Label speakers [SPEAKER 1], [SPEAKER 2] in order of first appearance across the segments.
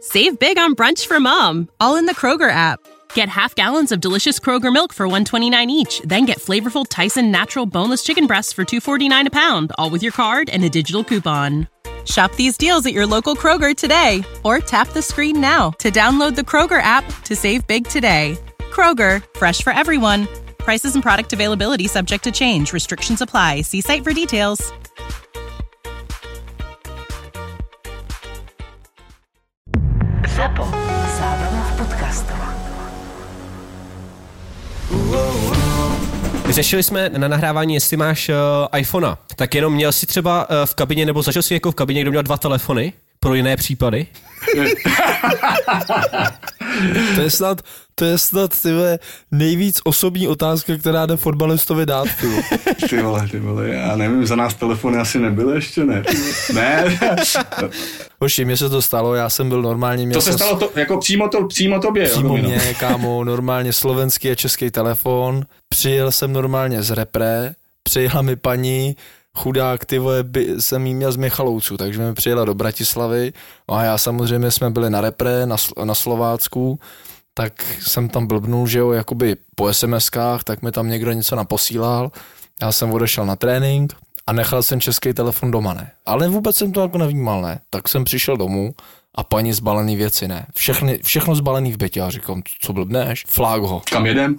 [SPEAKER 1] Save big on brunch for mom, all in the Kroger app. Get half gallons of delicious Kroger milk for $1.29 each. Then get flavorful Tyson natural boneless chicken breasts for $2.49 a pound, all with your card and a digital coupon. Shop these deals at your local Kroger today, or tap the screen now to download the Kroger app to save big today. Kroger, fresh for everyone. Prices and product availability subject to change. Restrictions apply. See site for details.
[SPEAKER 2] Zapo. Zábrná v podcastovách.
[SPEAKER 3] Řešili jsme na nahrávání, jestli máš iPhonea. Tak jenom měl jsi třeba v kabině, nebo zažil jsi jako v kabině, kdo měl 2 telefony pro jiné případy?
[SPEAKER 4] To je snad tyhle nejvíc osobní otázka, která jde fotbalistovi dát.
[SPEAKER 5] Ty vole, já nevím, za nás telefony asi nebyly ještě, ne? Ne.
[SPEAKER 4] Hoši, mně se to stalo, já jsem byl normálně...
[SPEAKER 5] To se stalo jako přímo tobě,
[SPEAKER 4] přímo mě, kámo, normálně slovenský a český telefon. Přijel jsem normálně z repre, přijela mi paní, chudák, ty vole, jsem jí měl z Michalovců, takže mi přijela do Bratislavy a já samozřejmě jsme byli na repre, na Slovácku, tak jsem tam blbnul, že jo, jakoby po SMSkách, tak mi tam někdo něco naposílal, já jsem odešel na trénink a nechal jsem český telefon doma, ne. Ale vůbec jsem to jako nevnímal, ne. Tak jsem přišel domů a paní zbalený věci, ne. Všechno zbalený v bytě, já říkám, co blbneš? Flák ho.
[SPEAKER 5] Kam jedem?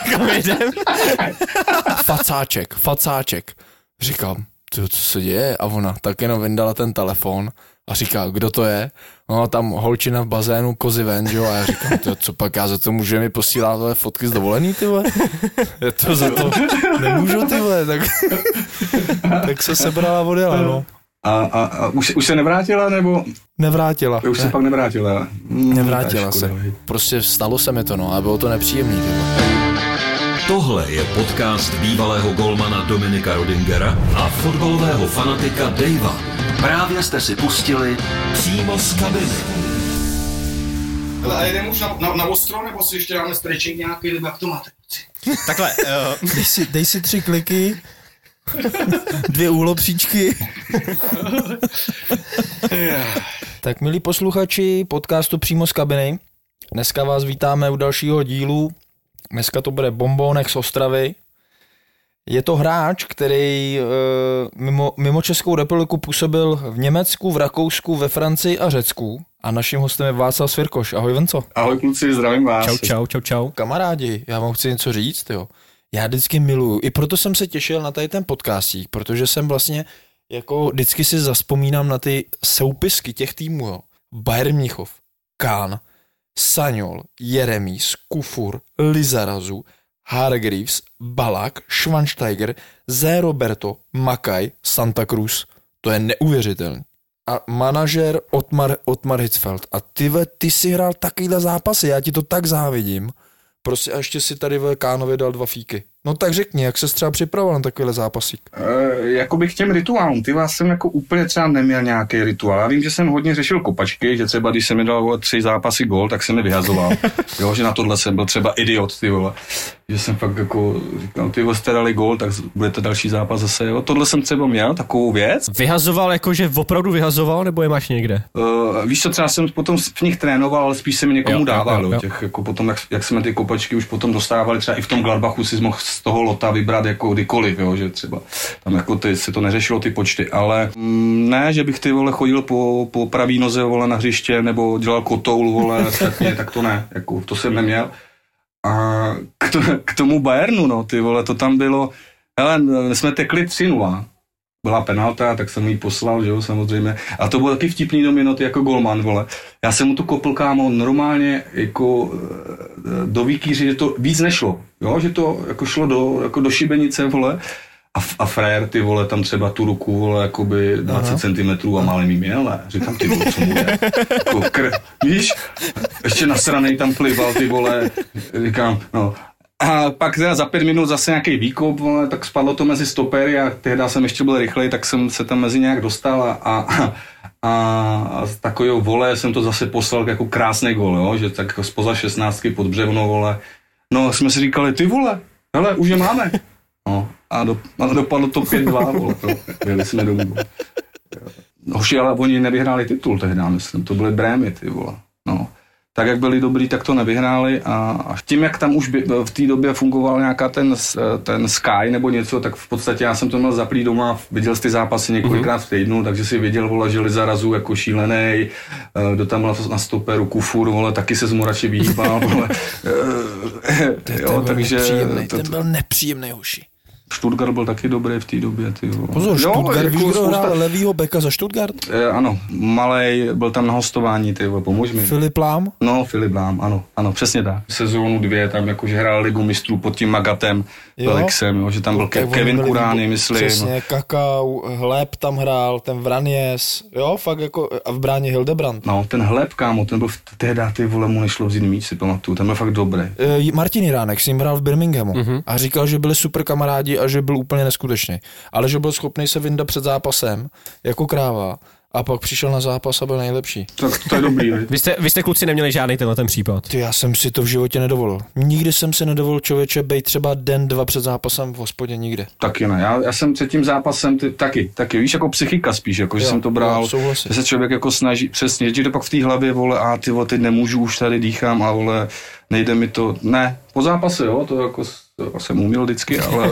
[SPEAKER 4] Facáček. Říkám, co se děje? A ona tak jenom vyndala ten telefon a říká, kdo to je? No tam holčina v bazénu, kozy ven, jo? A já říkám, co pak já za to můžu mi posílat tohle fotky z dovolený, ty vole? Je to za to, nemůžu, ty vole, tak se sebrala a odjela, no.
[SPEAKER 5] A už se nevrátila, nebo?
[SPEAKER 4] Nevrátila.
[SPEAKER 5] Už se pak nevrátila.
[SPEAKER 4] Nevrátila se. Prostě stalo se mi to, no, a bylo to nepříjemný, ty vole.
[SPEAKER 6] Tohle je podcast bývalého golmana Dominika Rodingera a fotbalového fanatika Davea. Právě jste si pustili přímo z kabiny.
[SPEAKER 5] Ale jdeme už na ostro, nebo si ještě dáme stretching nějaký, nebo jak to máte?
[SPEAKER 3] Takhle.
[SPEAKER 4] Dej si 3 kliky, 2 úhlopříčky. Tak milí posluchači podcastu Přímo z kabiny, dneska vás vítáme u dalšího dílu. Dneska to bude Bombónek z Ostravy. Je to hráč, který mimo Českou republiku působil v Německu, v Rakousku, ve Francii a Řecku. A naším hostem je Václav Svirkoš. Ahoj, Venco.
[SPEAKER 5] Ahoj kluci, zdravím vás.
[SPEAKER 3] Čau.
[SPEAKER 4] Kamarádi, já vám chci něco říct, jo. Já vždycky miluju. I proto jsem se těšil na tady ten podcastík, protože jsem vlastně jako vždycky si zazpomínám na ty soupisky těch týmů, jo. Bayern Mnichov, Kahn, Sagnol, Jeremies, Kufur, Lizarazu, Hargreaves, Balak, Schweinsteiger, Zé Roberto, Makaj, Santa Cruz. To je neuvěřitelný. A manažer Ottmar Hitzfeld. A ty si hrál takovýhle zápasy, já ti to tak závidím. Prostě a ještě si tady v Kánově dal 2 fíky. No tak řekni, jak ses třeba připravoval na takovýhle zápasík?
[SPEAKER 5] Jakoby k těm rituálům, ty vás jsem jako úplně třeba neměl nějaký rituál. Já vím, že jsem hodně řešil kopačky, že třeba když jsem mi dal 3 zápasy gól, tak jsem mi vyhazoval. Jo, že na tohle jsem byl třeba idiot, ty vole. Že jsem fakt jako říkal, ty vole, jste dali gól, tak budete další zápas zase, jo. Tohle jsem třeba měl, takovou věc.
[SPEAKER 3] Vyhazoval jako, že opravdu vyhazoval, nebo je máš někde?
[SPEAKER 5] Víš co, třeba jsem potom v nich trénoval, ale spíš se mi někomu dával, jo. Těch, jako potom, jak jsme ty kopačky už potom dostávali, třeba i v tom Gladbachu si mohl z toho lota vybrat jako kdykoliv, jo, že třeba tam jako se to neřešilo ty počty, ale ne, že bych ty vole chodil po pravý noze vole na hřiště nebo dělal kotoul vole, tak to ne, jako to jsem neměl. A k tomu Bayernu, no, ty vole, to tam bylo, hele, jsme tekli 3-0. Byla penalta, tak jsem jí poslal, že jo, samozřejmě. A to bylo taky vtipný do minuty jako golman, vole. Já jsem mu to kopl, kámo, normálně jako do výkýři, že to víc nešlo, jo, že to jako šlo do šibenice, vole. A frér, ty vole, tam třeba tu ruku, vole, jakoby 20 cm a málem jí měl, ne? Říkám, ty vole, co mu je? Jako víš? Ještě nasranej tam plival, ty vole. Říkám, no. A pak za 5 minut zase nějaký výkop, vole, tak spadlo to mezi stopery a tehdy jsem ještě byl rychlej, tak jsem se tam mezi nějak dostal a z takového vole jsem to zase poslal jako krásný gol, jo? Že tak spoza 16 pod břevno, vole. No, jsme si říkali, ty vole, hele, už je máme. No, a dopadlo to 5-2, vole, jeli jsme domů. Hoši, ale oni nevyhráli titul tehdy, myslím, to byly Brémy, ty vole. tak jak byli dobrý, tak to nevyhráli a tím, jak tam už v té době fungoval nějaká ten Sky nebo něco, tak v podstatě já jsem to měl zaplý doma, viděl ty zápasy několikrát v týdnu, takže si věděl, vole, že Lizarazu jako šílenej, kdo tam byl na stoperu Kufur, vole, taky se z Morače vyhýbal, vole.
[SPEAKER 4] Ten byl nepříjemný hoši.
[SPEAKER 5] Stuttgart byl taky dobrý v té době.
[SPEAKER 4] Pozor, Stuttgart, víš, kdo hrál levýho beka za Stuttgart?
[SPEAKER 5] Ano, malej, byl tam na hostování, pomož mi.
[SPEAKER 4] Filip Lahm?
[SPEAKER 5] No, Filip Lahm, ano, přesně tak. Sezónu 2, tam jakože hrál Ligu mistrů pod tím Magatem, Velixem, že tam byl Kevin Kurány, myslím.
[SPEAKER 4] Přesně, Kakao, Hleb tam hrál, ten Vranjes, jo, fakt jako, a v bráně Hildebrand.
[SPEAKER 5] No, ten Hleb, kámo, ten byl tehdy, ty vole, mu nešlo vzít míč, si pamatuju, ten byl fakt dobrý.
[SPEAKER 4] Martin Jiránek s ním hrál v Birminghamu a říkal, že byli super kamarádi a že byl úplně neskutečný. Ale že byl schopný se vyndat před zápasem jako kráva a pak přišel na zápas a byl nejlepší.
[SPEAKER 5] Tak to je dobrý.
[SPEAKER 3] Vy jste kluci neměli žádný ten případ?
[SPEAKER 4] Já jsem si to v životě nedovolil. Nikdy jsem si nedovolil, člověče, bejt třeba den, 2 před zápasem v hospodě, nikde.
[SPEAKER 5] Taky ne. Já jsem před tím zápasem taky. Víš, jako psychika spíš, jako, že jsem to bral. Že se člověk jako snaží, přesně, že to pak v té hlavě, vole, a ty vole, teď nemůžu, už tady dýchám a vole, nejde mi to. Ne, po zápase, jo, to jako to jsem uměl vždycky, ale...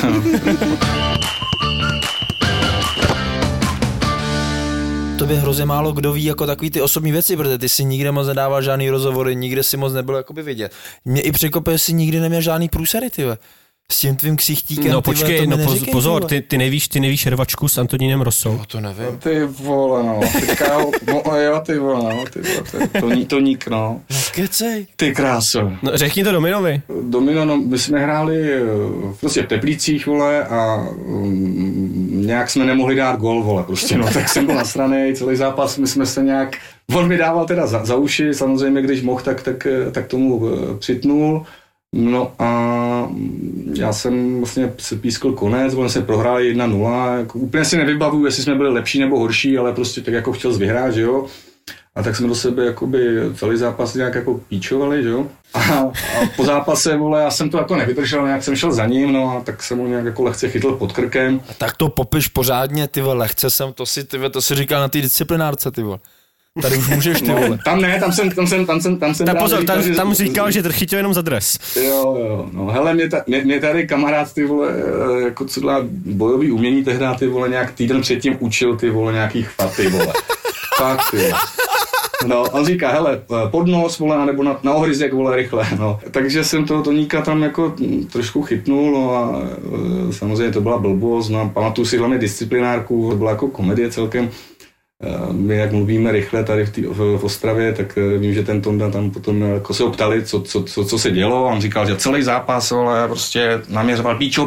[SPEAKER 4] Tobě hrozně málo kdo ví jako takový ty osobní věci, protože ty si nikde moc nedával žádný rozhovory, nikde si moc nebylo jakoby vidět. Mě i překvapuje, že si nikdy neměl žádný průsery, tyhle. S tím tvým ksichtíkem,
[SPEAKER 3] no počkej, no pozor, ty nevíš rvačku s Antonínem Rossou.
[SPEAKER 4] No to nevím.
[SPEAKER 5] Ty vole, no, ty vole, to ník, no.
[SPEAKER 4] No kecej.
[SPEAKER 5] Ty kráso.
[SPEAKER 3] No řekni to Dominovi.
[SPEAKER 5] Domino, no, my jsme hráli prostě v Teplicích, vole, a nějak jsme nemohli dát gól, vole, prostě, no, tak jsem byl nasranej, celý zápas, my jsme se nějak, on mi dával teda za uši, samozřejmě, když mohl, tak tomu přitnul. No a já jsem vlastně se pískl konec, on se prohrál 1-0, jako úplně si nevybavuju, jestli jsme byli lepší nebo horší, ale prostě tak jako chtěl vyhrát, že jo. A tak jsme do sebe jakoby celý zápas nějak jako píčovali, že jo. A po zápase, vole, já jsem to jako nevydržel, nějak jsem šel za ním, no a tak jsem ho nějak jako lehce chytl pod krkem.
[SPEAKER 4] A tak to popiš pořádně, ty vole, lehce jsem, to si říkal na té disciplinárce, ty vole. Tady už můžeš, ty vole.
[SPEAKER 5] Tam ne, tam jsem
[SPEAKER 3] pozor, tam říkal, že chytil jenom za dres.
[SPEAKER 5] Jo, no hele, mě tady kamarád, ty vole, jako co dělá bojový umění tehdy, ty vole, nějak týden předtím učil, ty vole, nějaký chvat, ty vole. Fakt, ty vole. No, on říká, hele, pod nos, vole, nebo na ohryzek, vole, rychle, no. Takže jsem toho Toníka tam jako trošku chytnul, no a samozřejmě to byla blbost, no a pamatuju si hlavně disciplinárku, to byla jako komedie celkem. My jak mluvíme rychle tady v Ostravě, tak vím, že ten Tonda tam potom jako se ho ptali, co se dělo, a on říkal, že celý zápas, ale prostě naměřoval píčo.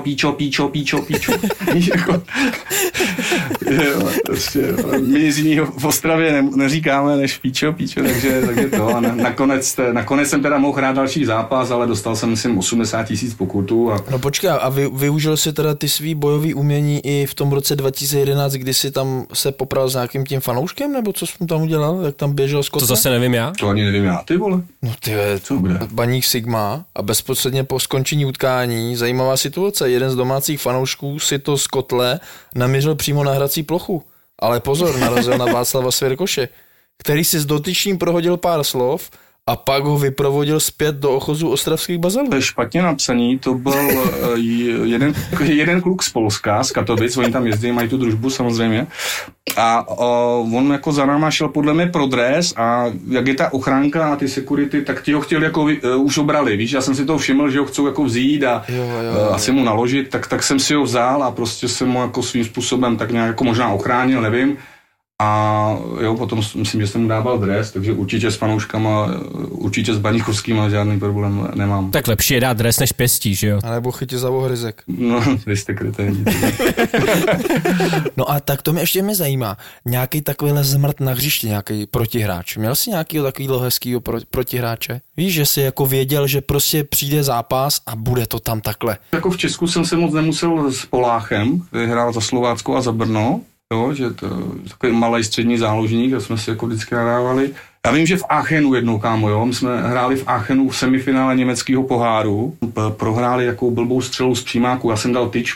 [SPEAKER 5] Prostě, my nic jiného v Ostravě neříkáme než píčo, takže to. A nakonec jsem teda mohl hrát další zápas, ale dostal jsem, myslím, 80 000 pokutů.
[SPEAKER 4] No počkej, a využil jsi teda ty svý bojový umění i v tom roce 2011, kdy jsi tam se popral s nějakým tím fanouškem, nebo co jsi tam udělal, jak tam běžel z kotle?
[SPEAKER 3] To zase nevím já.
[SPEAKER 5] To ani nevím já, ty vole.
[SPEAKER 4] No ty Baník Sigma a bezprostředně po skončení utkání, zajímavá situace, jeden z domácích fanoušků si to z kotle namířil přímo na hrací plochu. Ale pozor, narazil na Václava Svěrkoše, který si s dotyčným prohodil pár slov a pak ho vyprovodil zpět do ochozu ostravských bazalů.
[SPEAKER 5] To je špatně napsaný, to byl jeden kluk z Polska, z Katovic, oni tam jezdí, mají tu družbu samozřejmě. A on jako za náma šel podle mě pro dres a jak je ta ochránka a ty security, tak ti ho chtěli jako už obrali, víš, já jsem si toho všiml, že ho chcou jako vzít a asi mu naložit, tak jsem si ho vzal a prostě jsem ho jako svým způsobem tak nějak jako možná ochránil, nevím. A jo, potom myslím, že jsem mu dával dres, takže určitě s fanouškama, určitě s baníkovskýma žádný problém nemám.
[SPEAKER 3] Tak lepší je dát dres než pěstí, že jo?
[SPEAKER 4] A nebo chytit za ohryzek.
[SPEAKER 5] No, vy jste kreténi.
[SPEAKER 4] No a tak to mě zajímá. Nějaký takovýhle zmrt na hřišti, nějaký protihráč. Měl jsi nějakýho takovýhle hezkýho protihráče? Víš, že jsi jako věděl, že prostě přijde zápas a bude to tam takhle.
[SPEAKER 5] Jako v Česku jsem se moc nemusel s Poláchem, který hrál za Slovácko a za Brno. Jo, že to takový malý střední záložník, a jsme si jako vždycky nadávali. Já vím, že v Aachenu jednou, kámo, jo, my jsme hráli v Aachenu v semifinále německého poháru, prohráli jakou blbou střelu z přímáku, já jsem dal tyčku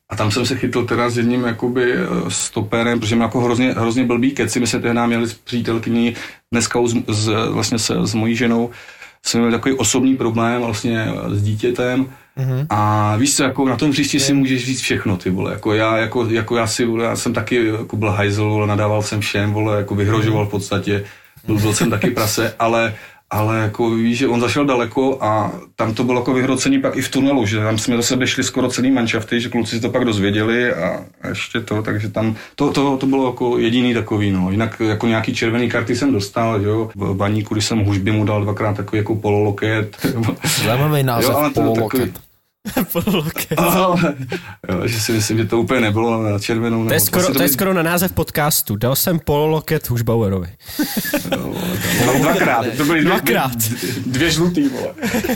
[SPEAKER 5] A tam jsem se chytl teda s jedním jakoby stopérem, protože mám jako hrozně blbý keci. My se tehdy měli s přítelkyní, dneska vlastně s mojí ženou, jsem měl takový osobní problém vlastně s dítětem. A víš co, jako na tom hřišti si můžeš říct všechno, ty vole, já jsem taky jako byl hajzl, vole, nadával jsem všem, vole, jako vyhrožoval v podstatě, byl jsem taky prase, ale jako víš, že on zašel daleko a tam to bylo jako vyhrocení pak i v tunelu, že tam jsme do sebe šli skoro celý manšafty, že kluci si to pak dozvěděli a ještě to, takže tam to bylo jako jediný takový, no. Jinak jako nějaký červený karty jsem dostal, jo. V baníku, když jsem Hužby mu dal 2krát takový jako pololoket.
[SPEAKER 4] Zajímavý název, pololoket.
[SPEAKER 3] Pololoket.
[SPEAKER 5] Jo, že si myslím, že to úplně nebylo na červenou.
[SPEAKER 3] To je skoro na název podcastu. Dal jsem pololoket Hužbauerovi.
[SPEAKER 5] Dvakrát. To byly dvě žlutý, vole.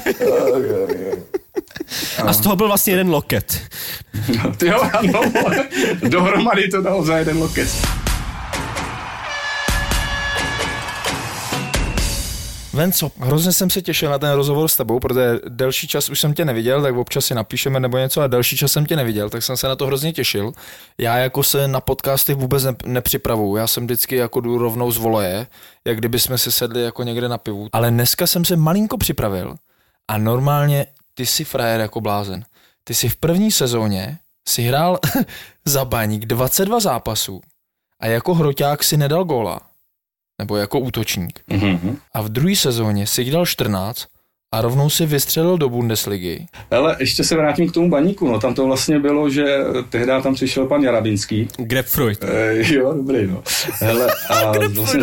[SPEAKER 3] A z toho byl vlastně jeden loket.
[SPEAKER 5] Jo, ano, dohromady to dal za jeden loket.
[SPEAKER 4] Venco, hrozně jsem se těšil na ten rozhovor s tebou, protože delší čas už jsem tě neviděl, tak občas si napíšeme nebo něco, a delší čas jsem tě neviděl, tak jsem se na to hrozně těšil. Já jako se na podcasty vůbec nepřipravuju, já jsem vždycky jako jdu rovnou z voleje, jak kdyby jsme si sedli jako někde na pivu. Ale dneska jsem se malinko připravil a normálně ty jsi frajer jako blázen. Ty jsi v první sezóně si hrál za Baník 22 zápasů a jako hroťák si nedal góla. Nebo jako útočník. Mm-hmm. A v druhé sezóně si jich dal 14 a rovnou si vystřelil do Bundesligy.
[SPEAKER 5] Ale ještě se vrátím k tomu Baníku, no tam to vlastně bylo, že tehdy tam přišel pan Jarabinský.
[SPEAKER 3] Grapefruit.
[SPEAKER 5] Jo, dobrý, no. Hele, a vlastně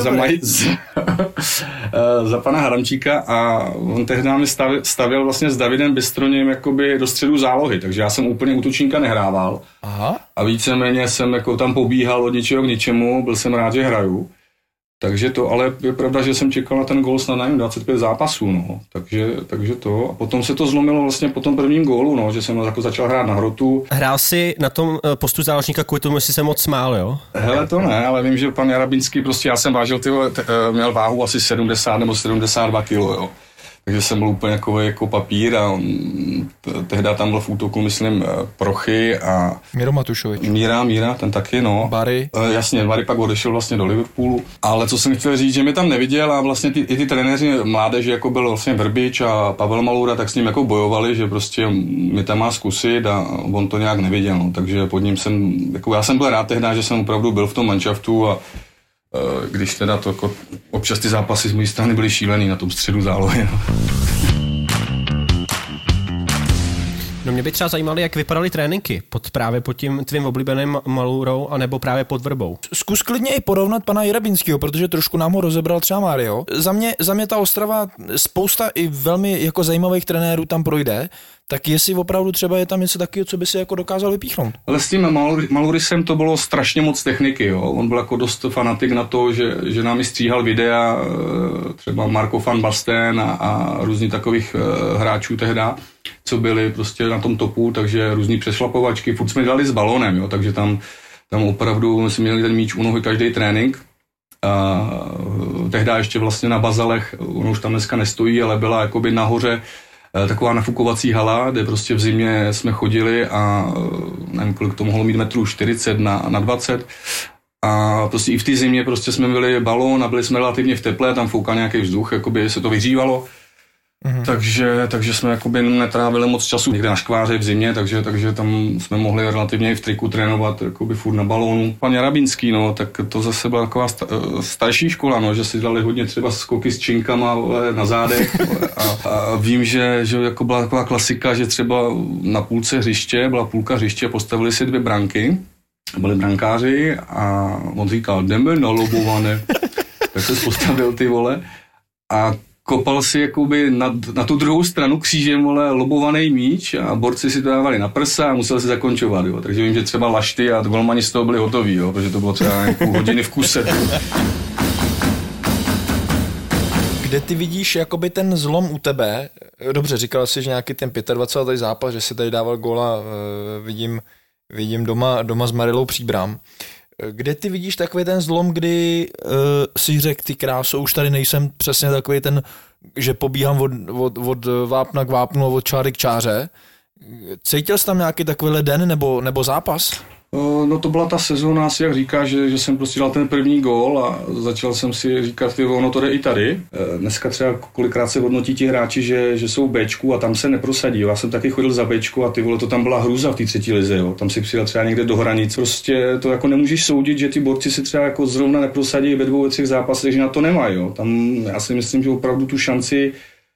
[SPEAKER 5] za pana Haramčíka a on tehdy mi stavěl vlastně s Davidem Bystroněm jakoby do středu zálohy, takže já jsem úplně útočníka nehrával.
[SPEAKER 4] Aha.
[SPEAKER 5] A víceméně jsem jako tam pobíhal od ničeho k ničemu, byl jsem rád, že hraju. Takže to, ale je pravda, že jsem čekal na ten gól snad na 25 zápasů, no. Takže to. A potom se to zlomilo vlastně po tom prvním gólu, no, že jsem jako začal hrát na hrotu.
[SPEAKER 3] Hrál jsi na tom postu záložníka kvůli tomu, jestli se moc smál, jo?
[SPEAKER 5] Hele, to ne, ale vím, že pan Jarabinský, prostě já jsem vážil, měl váhu asi 70 nebo 72 kilo, jo. Takže jsem byl úplně jako papír a tehdy tam byl v útoku, myslím, Prochy a...
[SPEAKER 4] Miro Matušovič.
[SPEAKER 5] Míra, ten taky, no.
[SPEAKER 4] Barry.
[SPEAKER 5] Jasně, Barry pak odešel vlastně do Liverpoolu. Ale co jsem chtěl říct, že mě tam neviděl a vlastně ty trenéři mládeže, jako byl vlastně Vrbič a Pavel Malura, tak s ním jako bojovali, že prostě mě tam má zkusit a on to nějak neviděl, no. Takže pod ním já jsem byl rád tehdy, že jsem opravdu byl v tom manšaftu a když teda to jako, občas ty zápasy z mojí strany byly šílený na tom středu zálohy.
[SPEAKER 3] No mě by třeba zajímaly, jak vypadaly tréninky právě pod tím tvým oblíbeným Malurou, anebo právě pod Vrbou.
[SPEAKER 4] Zkus klidně i porovnat pana Jarabinského, protože trošku nám ho rozebral třeba Mario. Za mě ta Ostrava, spousta i velmi jako zajímavých trenérů tam projde, tak jestli opravdu třeba je tam něco takového, co by si jako dokázal vypíchnout.
[SPEAKER 5] Ale s tím Malurisem to bylo strašně moc techniky, jo. On byl jako dost fanatik na to, že nám stříhal videa, třeba Marco van Basten a různý takových hráčů tehda, co byli prostě na tom topu, takže různý přešlapovačky, furt jsme dali s balónem, jo, takže tam opravdu jsme měli ten míč u nohy každý trénink. A tehda ještě vlastně na Bazalech, ono už tam dneska nestojí, ale byla jakoby nahoře taková nafukovací hala, kde prostě v zimě jsme chodili a nevím, kolik to mohlo mít metrů, 40 na 20. A prostě i v té zimě prostě jsme měli balón a byli jsme relativně v teple, tam foukal nějaký vzduch, jakoby se to vyhřívalo. Takže jsme jakoby netrávili moc času někde na škváře v zimě, takže tam jsme mohli relativně i v triku trénovat jakoby furt na balónu. Pan Jarabinský, no, tak to zase byla taková starší škola, no, že si dali hodně třeba skoky s činkama na zádech a vím, že jako byla taková klasika, že třeba na půlce hřiště, byla půlka hřiště, postavili si 2 branky, byli brankáři a on říkal, jdeme na lobované, tak se postavil ty vole a kopal si jakoby na tu druhou stranu křížem, vole, lobovaný míč a borci si to dávali na prsa a museli se zakončovat, jo. Takže vím, že třeba Lašty a golmani z toho byli hotoví, jo, protože to bylo třeba půl hodiny v kuse.
[SPEAKER 4] Kde ty vidíš jakoby ten zlom u tebe? Dobře, říkal jsi, že nějaký ten 25. zápas, že si tady dával góla, vidím doma s Marilou Příbram. Kde ty vidíš takový ten zlom, kdy si řekl, ty kráso, už tady nejsem přesně takový ten, že pobíhám od vápna k vápnu a od čáry k čáře, Cítil jsi tam nějaký takovýhle den nebo zápas?
[SPEAKER 5] No to byla ta sezóna, asi jak říkáš, že jsem prostě dal ten první gól a začal jsem si říkat, ono to jde i tady. Dneska třeba kolikrát se hodnotí ti hráči, že jsou Bčku a tam se neprosadí. Já jsem taky chodil za Bčku a ty vole, to tam byla hrůza v té 3. lize, jo. Tam si přijel třeba někde do hranic. Prostě to jako nemůžeš soudit, že ty borci si třeba jako zrovna neprosadí ve 2, ve 3 zápasech, že na to nemají, jo. Tam já si myslím, že opravdu tu šanci,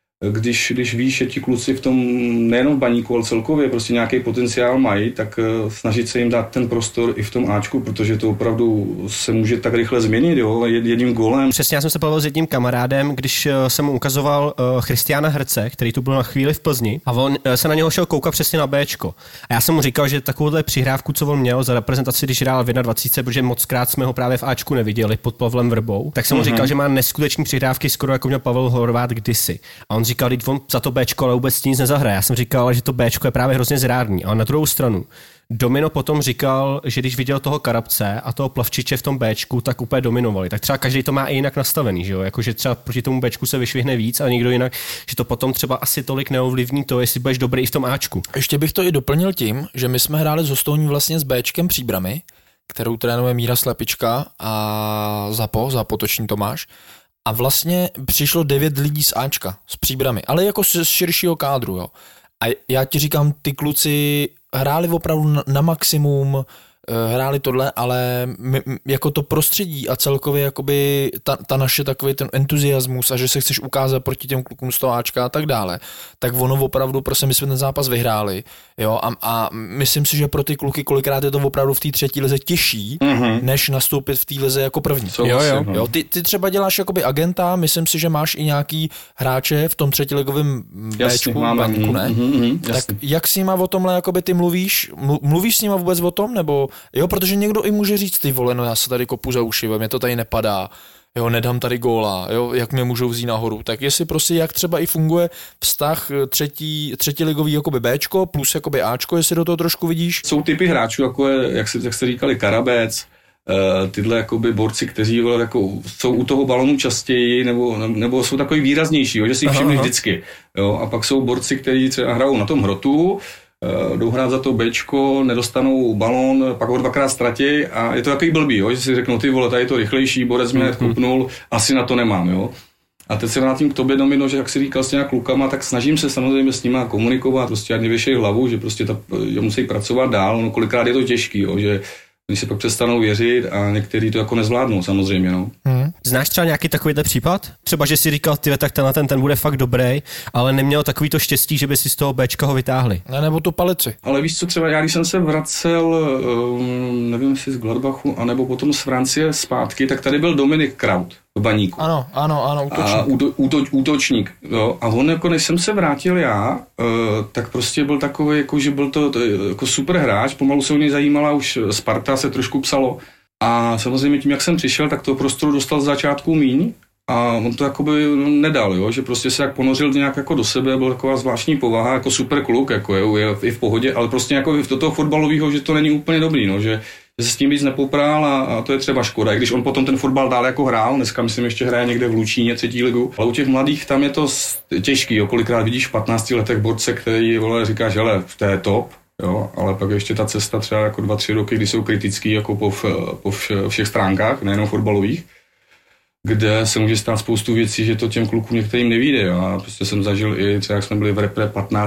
[SPEAKER 5] když víš, že ti kluci v tom nejenom v Baníku, ale celkově prostě nějaký potenciál mají, tak snažit se jim dát ten prostor i v tom Ačku, protože to opravdu se může tak rychle změnit, jo, jedním gólem.
[SPEAKER 3] Přesně, já jsem se bavil s jedním kamarádem, když jsem mu ukazoval Christiana Herce, který tu byl na chvíli v Plzni, a on se na něho šel koukat přesně na Bčko. A já jsem mu říkal, že takovouhle přihrávku, co on měl za reprezentaci, když hrál v 21, protože mockrát jsme ho právě v Ačku neviděli pod Pavlem Vrbou, tak jsem mu říkal, že má neskutečný přihrávky, skoro jako měl Pavel Horváth kdysi. A on říkal, že on za to Bčko ale vůbec nic nezahraje. Já jsem říkal, že to Bčko je právě hrozně zrádný. A na druhou stranu Domino potom říkal, že když viděl toho Karabce a toho Plavčiče v tom Bčku, tak úplně dominovali. Tak třeba každý to má i jinak nastavený, že jo? Jakože třeba proti tomu Bčku se vyšvihne víc a někdo jinak, že to potom třeba asi tolik neovlivní to, jestli budeš dobrý i v tom Ačku.
[SPEAKER 4] Ještě bych to i doplnil tím, že my jsme hráli s Hostouní vlastně s Bčkem Příbrami, kterou trénuje Míra Slepička a Zapo Toční Tomáš. A vlastně přišlo 9 lidí z Ačka, z Příbrami, ale jako z širšího kádru, jo. A já ti říkám, ty kluci hráli opravdu na maximum, hráli tohle, ale jako to prostředí a celkově jakoby ta naše takový ten entuziasmus a že se chceš ukázat proti těm klukům z toho Ačka a tak dále, tak ono opravdu, prostě my jsme ten zápas vyhráli, jo, a myslím si, že pro ty kluky kolikrát je to opravdu v té 3. lize těžší, než nastoupit v té lize jako první. Jo. Ty třeba děláš jakoby agenta, myslím si, že máš i nějaký hráče v tom 3. ligovém Bčku, Baníku, ne? Tak jak s nima o tomhle jakoby ty mluvíš s nima vůbec o tom, nebo jo, protože někdo i může říct, ty vole, no já se tady kopu za uši, mě to tady nepadá, jo, nedám tady góla, jo, jak mě můžou vzít nahoru, tak jestli prostě jak třeba i funguje vztah třetiligový jakoby Bčko plus jakoby Ačko, jestli do toho trošku vidíš.
[SPEAKER 5] Jsou typy hráčů, jako je, jak jste říkali, Karabec, tyhle jakoby borci, kteří jako jsou u toho balonu častěji, nebo jsou takový výraznější, jo, že si všimli vždycky, jo, a pak jsou borci, kteří třeba hrajou na tom hrotu, jdou hrát za to Bčko, nedostanou balón, pak ho 2krát ztratí a je to takový blbý, jo? Že si řeknou, ty vole, tady je to rychlejší, borec mě kopnul, asi na to nemám, jo. A teď se vrátím k tobě, Domino, že jak si říkal s těma klukama, tak snažím se samozřejmě s nima komunikovat, prostě ať nevěšej hlavu, že prostě že musí pracovat dál, no kolikrát je to těžký, jo? Že když se pak přestanou věřit a někteří to jako nezvládnou samozřejmě, no.
[SPEAKER 3] Znáš třeba nějaký takovýhle případ? Třeba, že si říkal, ty tak ten bude fakt dobrý, ale neměl takový to štěstí, že by si z toho Bčka ho vytáhli.
[SPEAKER 4] Ne, nebo tu palici.
[SPEAKER 5] Ale víš co, třeba já, když jsem se vracel, nevím, jestli z Gladbachu, anebo potom z Francie zpátky, tak tady byl Dominik Kraut v Baníku.
[SPEAKER 4] Ano, útočník.
[SPEAKER 5] Útočník, jo. A on, jako než jsem se vrátil já, tak prostě byl takový, jako, že byl to jako super hráč, pomalu se o něj zajímala už Sparta, se trošku psalo. A samozřejmě tím, jak jsem přišel, tak toho prostoru dostal z začátku míň a on to jakoby nedal, jo? Že prostě se jak ponořil nějak jako do sebe, byl taková zvláštní povaha, jako super kluk, jako je i v pohodě, ale prostě jako do toho fotbalového, že to není úplně dobrý, no? Že se s tím víc nepoprál a to je třeba škoda. I když on potom ten fotbal dál jako hrál, dneska myslím ještě hraje někde v Lučíně 3. ligu, ale u těch mladých tam je to těžký, jo? Kolikrát vidíš v 15 letech borce, který vole, říkáš, hele, to je top. Jo, ale pak ještě ta cesta třeba jako 2-3 roky, kdy jsou kritický jako po všech stránkách, nejenom fotbalových, kde se může stát spoustu věcí, že to těm klukům některým nevyjde. Jo. A prostě jsem zažil i třeba, jak jsme byli v repre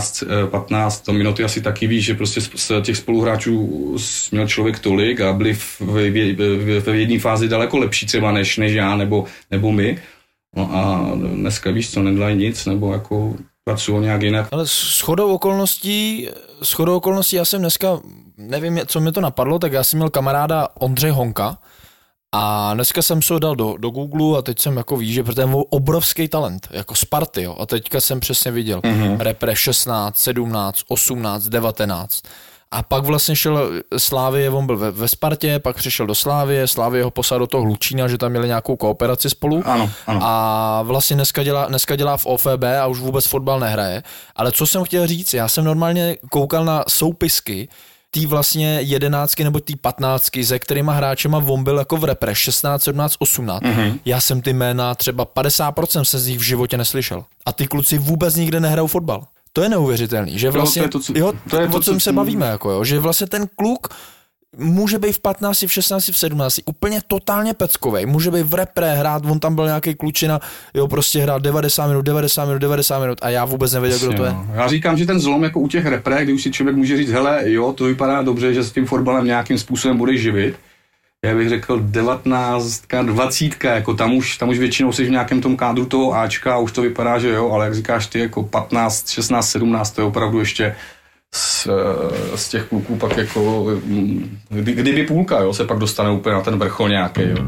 [SPEAKER 5] 15 minuty, asi taky víš, že prostě z těch spoluhráčů měl člověk tolik a byli v jedné fázi daleko lepší třeba než já nebo my. No a dneska víš co, nedělají nic, nebo jako pracují nějak jinak.
[SPEAKER 4] Ale shodou okolností já jsem dneska, nevím, co mi to napadlo, tak já jsem měl kamaráda Ondřej Honka a dneska jsem se ho dal do Google a teď jsem jako víš, že protože je obrovský talent, jako Sparty, jo, a teďka jsem přesně viděl repre 16, 17, 18, 19 a pak vlastně šel Slávie, on byl ve Spartě, pak přišel do Slávie ho poslal do toho Hlučína, že tam měli nějakou kooperaci spolu.
[SPEAKER 5] Ano.
[SPEAKER 4] A vlastně dneska dělá v OFB a už vůbec fotbal nehraje. Ale co jsem chtěl říct, já jsem normálně koukal na soupisky tý vlastně 11 nebo tý 15, ze kterýma hráčema on byl jako v repre 16, 17, 18. Já jsem ty jména třeba 50% se z nich v životě neslyšel. A ty kluci vůbec nikde nehrajou fotbal. To je neuvěřitelný, že vlastně, o čem se bavíme, jako jo, že vlastně ten kluk může být v 15, v 16, v 17, úplně totálně peckovej, může být v repre hrát, on tam byl nějaký klučina, jo, prostě hrát 90 minut a já vůbec nevěděl, kdo to je.
[SPEAKER 5] Já říkám, že ten zlom jako u těch repre, kdy už si člověk může říct, hele, jo, to vypadá dobře, že s tím fotbalem nějakým způsobem budeš živit. Já bych řekl 19, 20, jako tam už většinou jsi v nějakém tom kádru toho Ačka a už to vypadá, že jo, ale jak říkáš ty, jako 15, 16, 17, to je opravdu ještě z těch kluků pak jako, kdyby půlka, jo, se pak dostane úplně na ten vrchol nějaký, jo.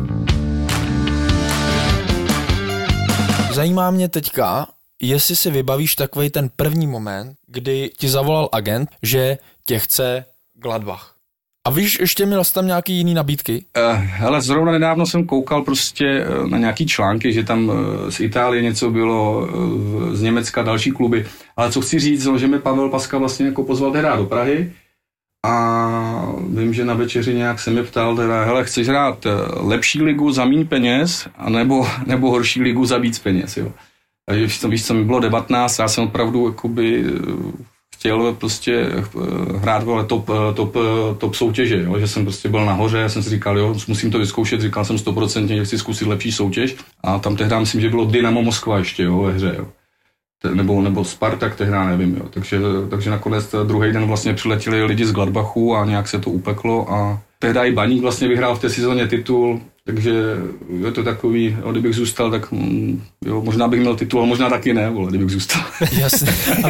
[SPEAKER 4] Zajímá mě teďka, jestli si vybavíš takovej ten první moment, kdy ti zavolal agent, že tě chce Gladbach. A víš, ještě měl jsi tam nějaký jiný nabídky?
[SPEAKER 5] Hele, zrovna nedávno jsem koukal prostě na nějaký články, že tam z Itálie něco bylo, z Německa další kluby. Ale co chci říct, že mě Pavel Paska vlastně jako pozval teda do Prahy a vím, že na večeři nějak se mě ptal teda, hele, chceš hrát lepší ligu za míň peněz nebo horší ligu za víc peněz, jo. Takže víš, co mi bylo 19, já jsem opravdu jakoby chtěl prostě hrát top soutěže, jo? Že jsem prostě byl nahoře, já jsem si říkal, jo, musím to vyzkoušet, říkal jsem 100%, že chci zkusit lepší soutěž a tam tehdy myslím, že bylo Dynamo Moskva ještě, jo, ve hře, jo. Nebo Spartak tehdy, nevím, jo. Takže nakonec druhý den vlastně přiletěli lidi z Gladbachu a nějak se to upeklo a tehdy i Baník vlastně vyhrál v té sezóně titul, takže je to takový, jo, kdybych zůstal, tak jo, možná bych měl titul, ale možná taky ne, vole, kdybych zůstal.
[SPEAKER 4] Jasně.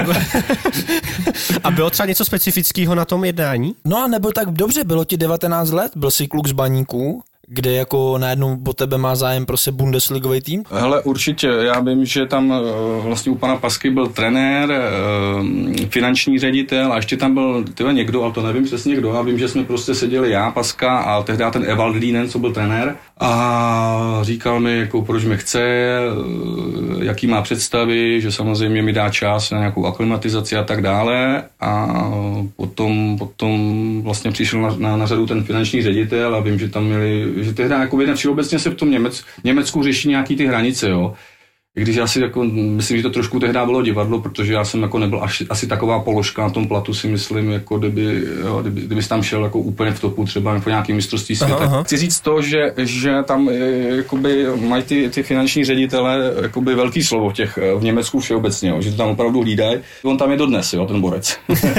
[SPEAKER 3] A bylo třeba něco specifického na tom jednání?
[SPEAKER 4] No a nebo tak dobře, bylo ti 19 let, byl jsi kluk z Baníku, kde jako najednou po tebe má zájem prostě Bundesligový tým?
[SPEAKER 5] Hele, určitě, já vím, že tam vlastně u pana Pasky byl trenér, finanční ředitel a ještě tam byl někdo, ale to nevím přesně kdo, já vím, že jsme prostě seděli já, Paska a tehdy ten Evald Línen, co byl trenér a říkal mi, jako proč mě chce, jaký má představy, že samozřejmě mi dá čas na nějakou aklimatizaci a tak dále a potom vlastně přišel na řadu ten finanční ředitel a vím, že tam měli, že tehdy jako všeobecně se v tom Německu řeší nějaký ty hranice, jo. I když já si jako, myslím, že to trošku tehdy bylo divadlo, protože já jsem jako nebyl asi taková položka na tom platu, si myslím, jako kdyby tam šel jako úplně v topu třeba po nějakém mistrovství světa. Aha. Chci říct to, že tam jakoby mají ty finanční ředitele jakoby velký slovo v Německu všeobecně, jo, že to tam opravdu hlídají. On tam je dodnes, jo, ten borec.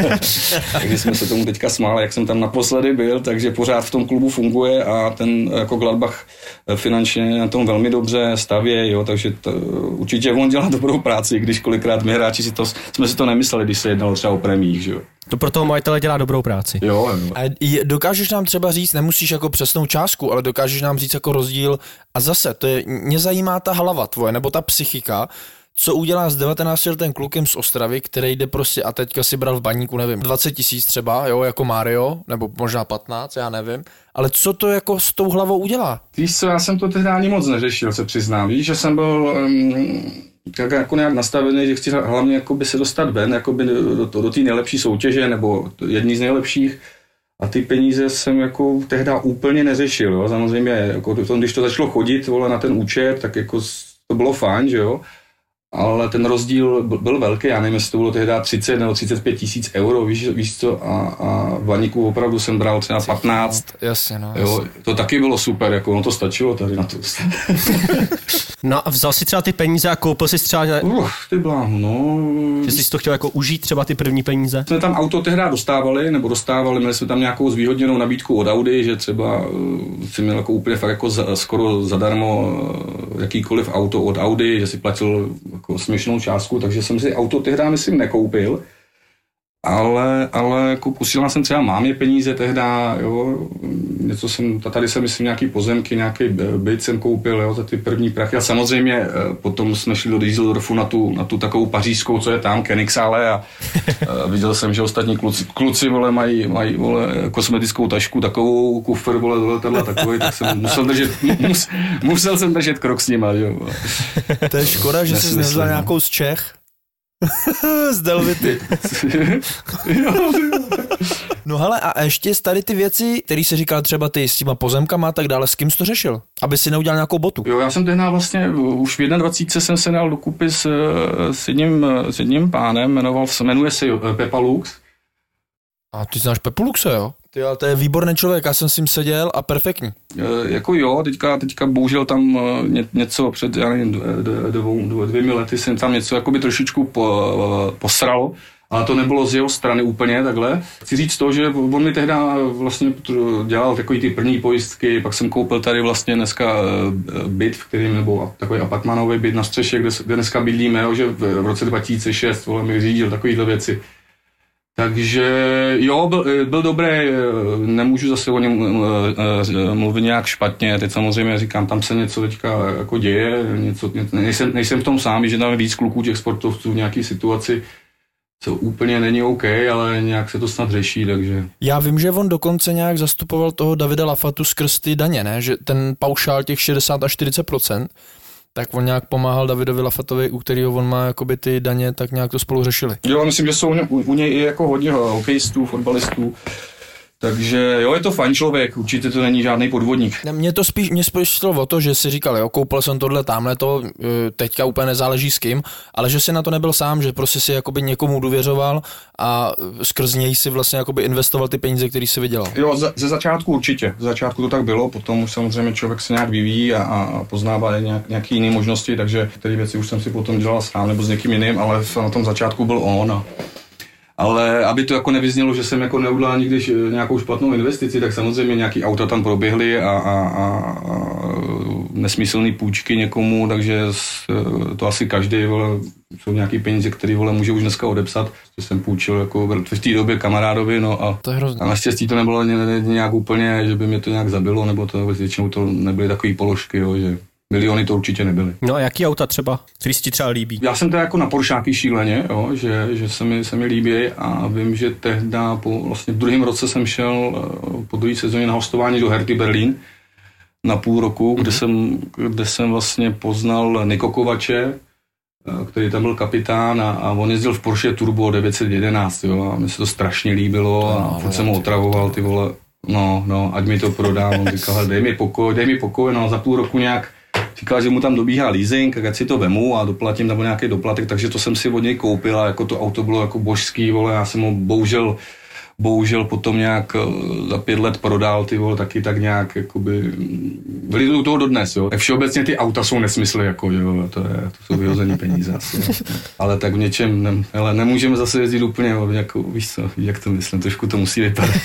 [SPEAKER 5] Takže jsme se tomu teďka smáli, jak jsem tam naposledy byl, takže pořád v tom klubu funguje a ten jako Gladbach finančně na tom velmi dobře staví, jo, takže určitě on dělá dobrou práci, když kolikrát my hráči jsme si to nemysleli, když se jednalo třeba o premiích, že jo.
[SPEAKER 3] To pro toho majitele dělá dobrou práci.
[SPEAKER 5] Jo.
[SPEAKER 4] A dokážeš nám třeba říct, nemusíš jako přesnou částku, ale dokážeš nám říct jako rozdíl a zase, to je, mě zajímá ta hlava tvoje, nebo ta psychika, co udělá s 19letým klukem z Ostravy, který jde prostě a teďka si bral v Baníku, nevím, 20 000 třeba, jo, jako Mario, nebo možná 15, já nevím, ale co to jako s tou hlavou udělá?
[SPEAKER 5] Víš co, já jsem to tehdy ani moc neřešil, se přiznám, víš, že jsem byl jako nějak nastavený, že chci hlavně jakoby se dostat ven, jakoby do té nejlepší soutěže, nebo jedný z nejlepších. A ty peníze jsem jako tehdy úplně neřešil, jo, samozřejmě, jako když to začalo chodit, vole, na ten účet, tak jako to bylo fajn, že jo. Ale ten rozdíl byl velký, já nevím, jestli to bylo tehdy 30 nebo 35 000 euro, víš co, a v Baníku opravdu jsem bral třeba 15.
[SPEAKER 4] Jasně, no.
[SPEAKER 5] Jo, to taky bylo super, jako ono to stačilo tady na to.
[SPEAKER 3] No a vzal si třeba ty peníze a koupil si třeba...
[SPEAKER 5] Ty bláho, no.
[SPEAKER 3] Že jsi to chtěl jako užít třeba ty první peníze?
[SPEAKER 5] Jsme tam auto tehdy dostávali, měli jsme tam nějakou zvýhodněnou nabídku od Audi, že třeba si měl jako úplně fakt jako skoro zadarmo jakýkoliv auto od Audi, že si platil jako směšnou částku, takže jsem si auto tehdy myslím nekoupil, ale jako posílal jsem třeba mámě peníze tehdy, jo, něco tady jsem myslím nějaký pozemky, nějaký byt jsem koupil, jo, za ty první prachy a samozřejmě potom jsme šli do Düsseldorfu na tu takovou pařížskou, co je tam, Koenigshalle a viděl jsem, že ostatní kluci vole, mají vole, kosmetickou tašku, takovou kufr, vole, takový, tak jsem musel jsem držet krok s nima, jo.
[SPEAKER 4] To je škoda, že jsi nezval nějakou z Čech. Z Delvity. No hele, a ještě tady ty věci, které se říkal třeba ty s těma pozemkama a tak dále, s kým jsi to řešil? Aby si neudělal nějakou botu.
[SPEAKER 5] Jo, já jsem tehdy vlastně, už v 21 jsem se dal dokupy s jedním pánem, jmenuje se Pepa Lux.
[SPEAKER 4] A ty znáš Pepu Luxe, jo? Ty, ale to je výborný člověk, já jsem s ním seděl a perfektní.
[SPEAKER 5] Jako jo, teďka bohužel tam něco před, já nevím, 2 lety jsem tam něco jakoby trošičku posralo, ale to nebylo z jeho strany úplně takhle. Chci říct to, že on mi tehdy vlastně dělal takový ty první pojistky, pak jsem koupil tady vlastně dneska byt, v kterým, nebo takový apartmánový byt na střeše, kde dneska bydlíme, jo, že v roce 2006 mi řídil takovýhle věci. Takže jo, byl dobrý, nemůžu zase o něm mluvit nějak špatně, teď samozřejmě říkám, tam se něco teďka jako děje, nejsem v tom sám, že tam je víc kluků těch sportovců v nějaký situaci, co úplně není OK, ale nějak se to snad řeší, takže... Já
[SPEAKER 4] vím, že on dokonce nějak zastupoval toho Davida Lafatu skrz ty daně, ne? Že ten paušál těch 60 až 40%, tak on nějak pomáhal Davidovi Lafatovi, u kterého on má jakoby ty daně, tak nějak to spolu řešili.
[SPEAKER 5] Jo, myslím, že jsou u něj i jako hodně hokejistů, fotbalistů, takže jo, je to fajn člověk, určitě to není žádný podvodník.
[SPEAKER 4] Mě spíš šlo o to, že si říkal, jo, koupil jsem tohle, tamhle to, teďka úplně nezáleží s kým, ale že si na to nebyl sám, že prostě si jakoby někomu důvěřoval a skrz něj si vlastně jakoby investoval ty peníze, které si vydělal.
[SPEAKER 5] Jo, ze začátku určitě, ze začátku to tak bylo, potom už samozřejmě člověk se nějak vyvíjí a poznává nějaké jiné možnosti, takže ty věci už jsem si potom dělal sám nebo s někým jiným, ale na tom začátku byl on. Ale aby to jako nevyznělo, že jsem jako neudělal nikdy nějakou špatnou investici, tak samozřejmě nějaký auta tam proběhly a nesmyslný půjčky někomu, takže to asi každý, vole, jsou nějaký peníze, který, vole, může už dneska odepsat, že jsem půjčil jako v té době kamarádovi, no a naštěstí to nebylo nějak úplně, že by mě to nějak zabilo, nebo to většinou to nebyly takové položky, jo, že miliony to určitě nebyly.
[SPEAKER 3] No a jaký auta třeba, který si ti třeba líbí?
[SPEAKER 5] Já jsem teda jako na Poršáky šíleně, jo, že se mi líbí a vím, že tehda vlastně v druhém roce jsem šel po druhé sezóně na hostování do Herty Berlín na půl roku, kde jsem vlastně poznal Niko Kovače, který tam byl kapitán a on jezdil v Porsche Turbo 911, jo, a mně se to strašně líbilo a furt jsem ho otravoval, ty vole, no, ať mi to prodá, on říkal, dej mi pokoj, no, za půl roku nějak říkal, že mu tam dobíhá leasing, ať si to vemu a doplatím tam nějaký doplatek, takže to jsem si od něj koupil a jako to auto bylo jako božský, vole, já jsem ho bohužel potom nějak za 5 let prodal, ty vole, taky tak nějak, jakoby, byli to u toho dodnes, jo. Tak všeobecně ty auta jsou nesmysly, jako, jo, to jsou vyhozený peníze asi, jo. Ale tak v něčem, nemůžeme zase jezdit úplně, jako, víš co, jak to myslím, trošku to musí vypadat.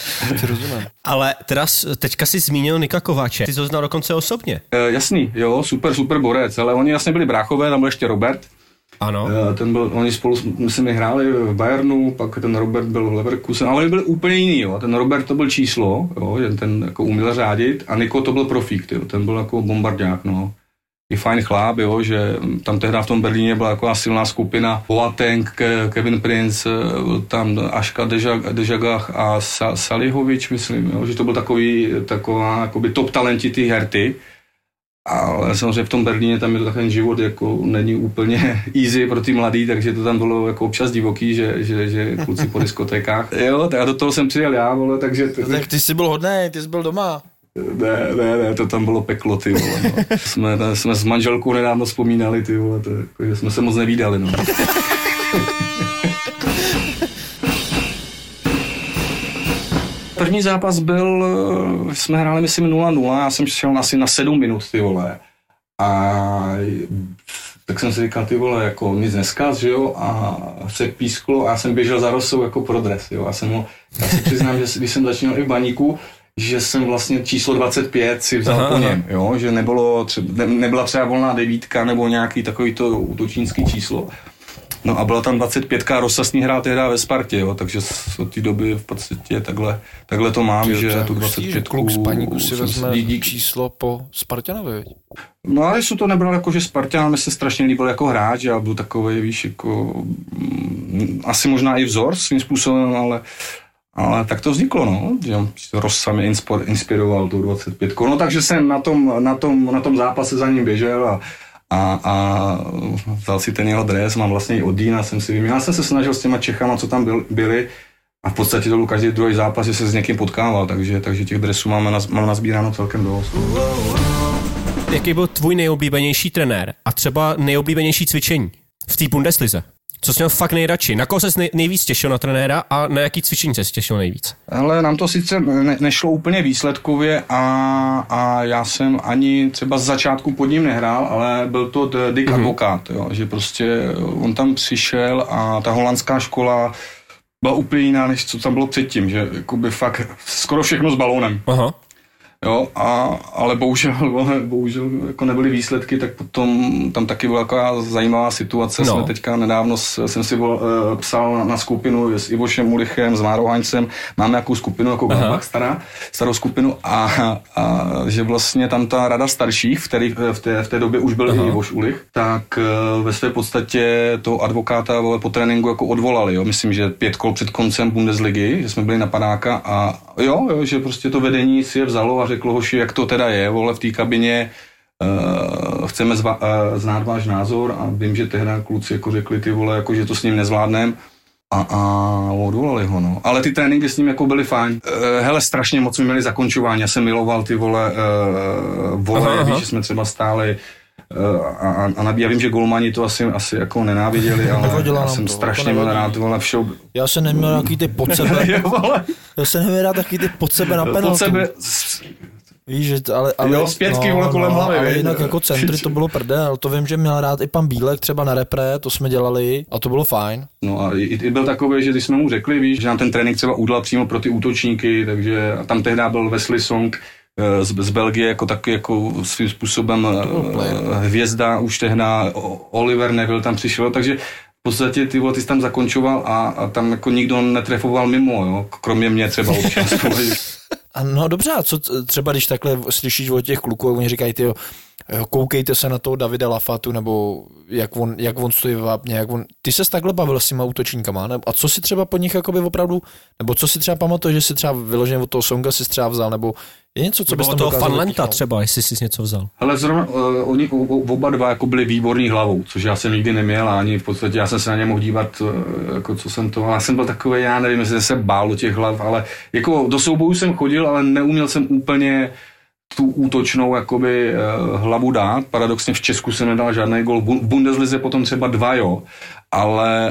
[SPEAKER 3] Ale teda teďka jsi zmínil Nika Kováče, ty jsi ho znal dokonce osobně.
[SPEAKER 5] Jasný, jo, super borec, ale oni jasně byli bráchové, tam byl ještě Robert.
[SPEAKER 3] Ano.
[SPEAKER 5] Oni spolu, myslím, hráli v Bayernu, pak ten Robert byl v Leverkusen, ale oni byli úplně jiný, jo. Ten Robert to byl číslo, jo, ten jako uměl řádit a Niko to byl profík, jo. Ten byl jako bombardák, no. Je fajn chláp, jo, že tam tehdy v tom Berlíně byla taková silná skupina Boateng, Kevin Prince, tam Aška Dežagach a Salihovič, myslím, jo, že to byl taková jakoby top talenti ty Herty. Ale samozřejmě v tom Berlíně tam je to takový život, jako není úplně easy pro ty mladý, takže to tam bylo jako občas divoký, že kluci po diskotékách. Jo, a do toho jsem přijel já, vole, takže...
[SPEAKER 4] Tak ty jsi byl hodnej, ty jsi byl doma.
[SPEAKER 5] Ne, to tam bylo peklo, ty vole, no. Jsme s manželkou nedávno vzpomínali, ty vole, to, jako, že jsme se moc nevídali, no. První zápas byl, jsme hráli myslím 0-0, já jsem šel asi na 7 minut, ty vole. A tak jsem si říkal, ty vole, jako nic neskaz, že jo, a se písklo a já jsem běžel za Rosou jako pro dres, jo. Já si přiznám, že když jsem začínal i v baníku, že jsem vlastně číslo 25 si vzal po něm, jo, že nebyla třeba volná devítka nebo nějaký takovýto útočnický číslo. No a byla tam 25 a Rosa s ní hrál tehdy ve Spartě, jo, takže od té doby v podstatě takhle to mám, že tu 25
[SPEAKER 4] kluk z Baníku si vezme číslo po Spartanovi.
[SPEAKER 5] No ale jsem to nebral jako, že Spartan mi se strašně líbil jako hráč a byl takovej, víš, jako asi možná i vzor svým způsobem, ale tak to vzniklo, no, že Rosa mě inspiroval tu 25. No takže jsem na tom zápase za ním běžel a vzal si ten jeho dres, mám vlastně i od Dýna, jsem si vyměnil. Já jsem se snažil s těma Čechama, co tam byli, A v podstatě to byl každý druhý zápas, že se s někým potkával, takže těch dresů mám nazbíráno celkem dost.
[SPEAKER 3] Jaký byl tvůj nejoblíbenější trenér a třeba nejoblíbenější cvičení v té Bundeslize? Co jsi měl fakt nejradši? Na koho ses nejvíc těšil na trenéra a na jaký cvičení ses těšil nejvíc?
[SPEAKER 5] Ale nám to sice nešlo úplně výsledkově a já jsem ani třeba z začátku pod ním nehrál, ale byl to Dick Advokát, jo, že prostě on tam přišel a ta holandská škola byla úplně jiná, než co tam bylo předtím, že jakoby fakt skoro všechno s balónem. Aha. Jo, ale bohužel jako nebyly výsledky, tak potom tam taky byla taková zajímavá situace. Jsme teďka nedávno jsem si psal na skupinu s Ivošem Ulichem, s Márou Haňcem, máme nějakou skupinu jako Gladbach, starou skupinu a že vlastně tam ta rada starších, v té době už byl i Ivoš Ulich, tak ve své podstatě toho advokáta po tréninku jako odvolali, jo. Myslím, že 5 kol před koncem Bundesligy, že jsme byli na padáka a jo, že prostě to vedení si je vzalo a řeklo, hoši, jak to teda je, vole, v té kabině chceme znát váš názor a vím, že tehdy kluci jako řekli ty vole, jako, že to s ním nezvládnem a odvolali ho, no. Ale ty tréninky s ním jako byly fajn. Hele, strašně moc jsme měli zakončování, já jsem miloval ty vole, víš, že jsme třeba stáli já vím, že golmani to asi jako nenáviděli, ale já jsem strašně měl rád vole všeho.
[SPEAKER 4] Já jsem neměl nějaký ty pod sebe. Já jsem neměl rád taky ty pod sebe na penaltu. Víš, že, ale
[SPEAKER 5] jo, zpětky vole kolem hlavy.
[SPEAKER 4] Ale jinak jako centry to bylo prdel, to vím, že měl rád i pan Bílek třeba na repre, to jsme dělali a to bylo fajn.
[SPEAKER 5] No a i byl takový, že když jsme mu řekli, víš, že nám ten trénink třeba udělal přímo pro ty útočníky, takže tam tehdy byl Wesley Song z Belgie jako taky jako svým způsobem hvězda, už tehdy Oliver Neville tam přišel, takže v podstatě ty jsi tam zakončoval a tam jako nikdo netrefoval mimo, jo, kromě mě třeba občas.
[SPEAKER 4] No dobře, a co třeba když takhle slyšíš od těch kluků, oni říkají, tyjo, koukejte se na toho Davida Lafatu, nebo jak on stojí v vápně, ty ses takhle bavil s těma útočníkama, a co si třeba po nich jakoby opravdu, nebo co si třeba pamatuješ, že si třeba vyloženě od toho Songa si třeba vzal, nebo je něco, co bys tam dokázal?
[SPEAKER 3] Od toho Fanlenta třeba, jestli jsi něco vzal.
[SPEAKER 5] Hele, zrovna oni oba dva jako byli výborný hlavou, což já jsem nikdy neměl a ani v podstatě já jsem se na ně mohl dívat, jako co jsem to, já jsem byl takový, já nevím, jestli se bál do těch hlav, ale jako do soubojů jsem chodil, ale neuměl jsem úplně tu útočnou jakoby hlavu dát. Paradoxně v Česku jsem nedal žádný gol. V Bundeslize potom třeba 2, jo. Ale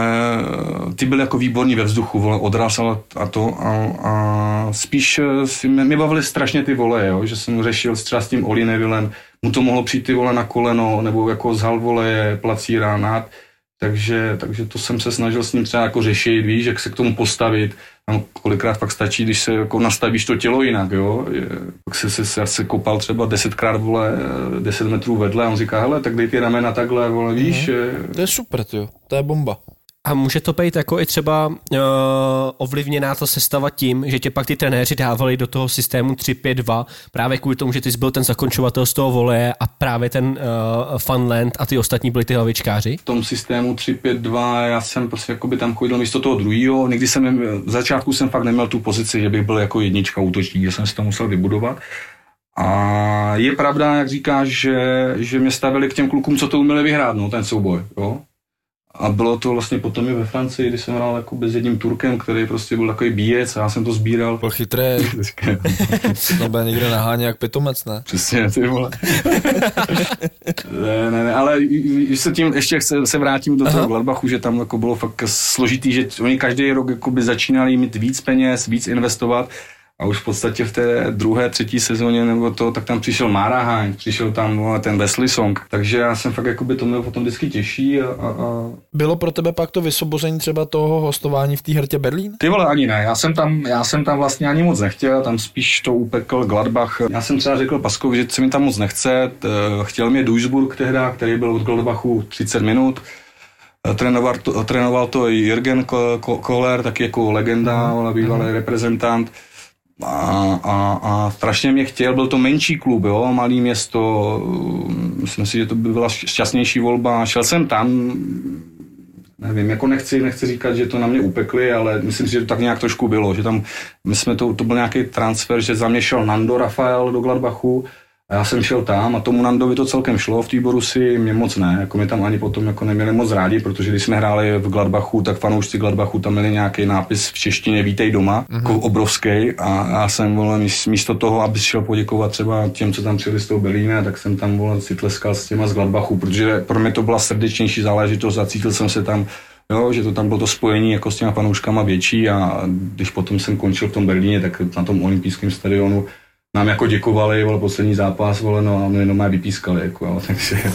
[SPEAKER 5] ty byly jako výborní ve vzduchu, vole, odraz a to a spíš mi bavily strašně ty vole, jo, že jsem řešil třeba s tím Oli Nevillem, mu to mohlo přijít ty vole na koleno, nebo jako zhal voleje, placíra, nád, takže to jsem se snažil s ním třeba jako řešit, víš, jak se k tomu postavit. Tam kolikrát fakt stačí, když se jako nastavíš to tělo jinak, jo. Pak se kopal třeba 10krát, vole, 10 metrů vedle a on říká, hele, tak dej ty ramena takhle, vole, víš.
[SPEAKER 4] To je super, tyjo, to je bomba.
[SPEAKER 3] A může to být jako i třeba ovlivněná ta sestava tím, že tě pak ty trenéři dávali do toho systému 3-5-2 právě kvůli tomu, že ty jsi byl ten zakončovatel z toho voleje a právě ten Fanland a ty ostatní byli ty hlavičkáři?
[SPEAKER 5] V tom systému 3-5-2 já jsem prostě jakoby tam chodil místo toho druhýho. Nikdy v začátku jsem fakt neměl tu pozici, že bych byl jako jednička útočník, že jsem si to musel vybudovat. A je pravda, jak říkáš, že mě stavili k těm klukům, co to uměli vyhrát, no, ten souboj, jo. A bylo to vlastně potom i ve Francii, když jsem hrál jako s jedním Turkem, který prostě byl takový bíjec a já jsem to sbíral.
[SPEAKER 4] Byl chytrý. To bude někde naháně jak pitomec, ne?
[SPEAKER 5] Přesně, ty vole. ne, ale ještě se vrátím do toho Gladbachu, že tam jako bylo fakt složitý, že oni každý rok jako by začínali mít víc peněz, víc investovat. A už v podstatě v té druhé, třetí sezóně nebo to, tak tam přišel Mára Haň, přišel tam ten Wesley Song. Takže já jsem fakt jakoby to měl potom vždycky těžší.
[SPEAKER 4] Bylo pro tebe pak to vysobození třeba toho hostování v té Hertě Berlín?
[SPEAKER 5] Ty vole, ani ne. Já jsem tam vlastně ani moc nechtěl, tam spíš to upekl Gladbach. Já jsem třeba řekl Paskovi, že se mi tam moc nechce. Chtěl mě Duisburg tehda, který byl od Gladbachu 30 minut. Trénoval to i Jürgen Kohler, taky jako legenda, bývalý reprezentant. A strašně mě chtěl, byl to menší klub, jo, malý město, myslím si, že to by byla šťastnější volba, šel jsem tam, nevím, jako nechci říkat, že to na mě upekli, ale myslím si, že to tak nějak trošku bylo, že tam, to byl nějaký transfer, že za mě šel Nando Rafael do Gladbachu A já jsem šel tam a tomu Nandovi to celkem šlo, v té Borussii mě moc ne, jako mě tam ani potom jako neměli moc rádi, protože když jsme hráli v Gladbachu, tak fanoušci Gladbachu tam měli nějaký nápis v češtině Vítej doma, jako obrovský, a já jsem volal místo toho, aby šel poděkovat třeba těm, co tam přijeli z toho Berlína, tak jsem tam volal si tleskal s těma z Gladbachu, protože pro mě to byla srdečnější záležitost a cítil jsem se tam, jo, že to tam bylo to spojení jako s těma fanouškama větší, a když potom jsem končil v tom Berlíně, tak na tom olympijském stadionu nám jako děkovali, vole, poslední zápas, vole, no a mě jenom vypískali, jako, jo, takže...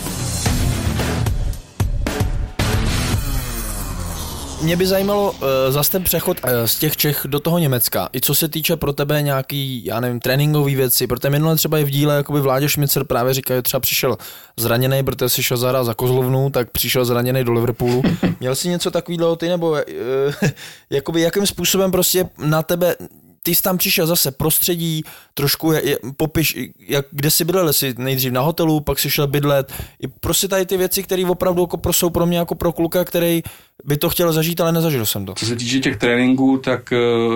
[SPEAKER 4] Mě by zajímalo zase ten přechod z těch Čech do toho Německa. I co se týče pro tebe nějaký, já nevím, tréninkový věci, protože minule třeba i v díle jakoby Vláďa Šmicer právě říká, že třeba přišel zraněný, protože si šel zahrát za Kozlovnu, tak přišel zraněný do Liverpoolu. Měl jsi něco takového ty, nebo jakoby jakým způsobem prostě na tebe, ty jsi tam přišel zase prostředí, trošku popiš, kde jsi bydlel, jsi nejdřív na hotelu, pak si šel bydlet, i prostě tady ty věci, které opravdu jako jsou pro mě jako pro kluka, který by to chtěl zažít, ale nezažil jsem to.
[SPEAKER 5] Co se týče těch tréninků, tak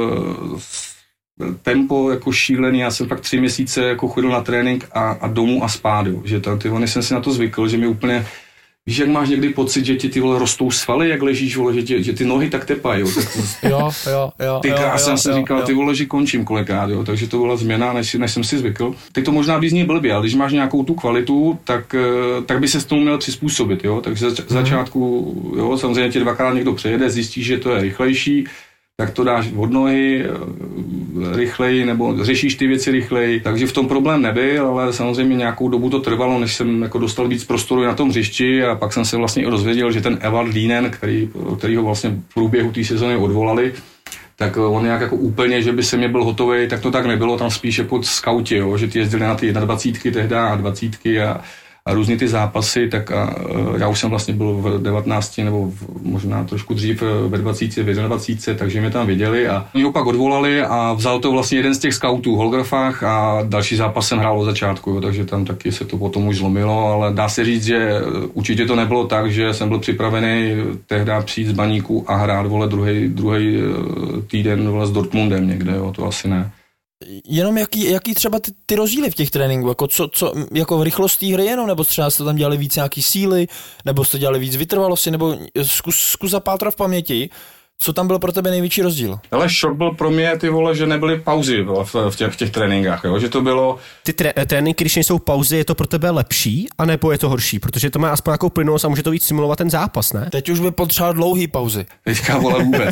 [SPEAKER 5] tempo jako šílený, já jsem pak 3 měsíce jako chodil na trénink a domů a spát, jo. Že ty jsem si na to zvykl, že mi úplně, víš, jak máš někdy pocit, že ti ty vole rostou svaly, jak ležíš, vole, že ty nohy tak tepají, jo. Tak
[SPEAKER 4] jo.
[SPEAKER 5] Já jsem si říkal, ty vole, že končím kolikrát, jo. Takže to byla změna, než jsem si zvykl. Teď to možná by zní blbě, ale když máš nějakou tu kvalitu, tak by se s tomu měl přizpůsobit, jo. Takže začátku, jo, samozřejmě tě 2krát někdo přejede, zjistíš, že to je rychlejší, tak to dáš od nohy rychleji, nebo řešíš ty věci rychleji. Takže v tom problém nebyl, ale samozřejmě nějakou dobu to trvalo, než jsem jako dostal víc prostoru na tom hřišti, a pak jsem se vlastně i dozvěděl, že ten Evald Lienen, který ho vlastně v průběhu té sezony odvolali, tak on nějak jako úplně, že by se mě byl hotový, tak to tak nebylo, tam spíš jako skauti, jo, že ty jezdili na ty 21 tehda a 20 a různý ty zápasy, tak já už jsem vlastně byl v 19 nebo možná trošku dřív ve 20, v 21, takže mě tam viděli a oni ho pak odvolali a vzal to vlastně jeden z těch skautů v Holgrafách a další zápas jsem hrál od začátku, jo, takže tam taky se to potom už zlomilo, ale dá se říct, že určitě to nebylo tak, že jsem byl připravený tehda přijít z Baníku a hrát, vole, druhý týden, vole, s Dortmundem někde, jo, to asi ne.
[SPEAKER 4] Jenom jaký třeba ty rozdíly v těch tréninku, jako co jako v rychlosti hry jenom, nebo třeba jste tam dělali víc nějaký síly, nebo jste dělali víc vytrvalosti, nebo zkus zapátrat v paměti, co tam byl pro tebe největší rozdíl?
[SPEAKER 5] Ale šok byl pro mě, ty vole, že nebyly pauzy v těch tréninkách, jo? Že to bylo...
[SPEAKER 3] Ty tréninky, když nejsou pauzy, je to pro tebe lepší, anebo je to horší? Protože to má aspoň nějakou plynulost a může to víc simulovat ten zápas, ne?
[SPEAKER 4] Teď už by potřeboval dlouhý pauzy.
[SPEAKER 5] Teďka, vole, vůbec,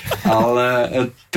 [SPEAKER 5] ale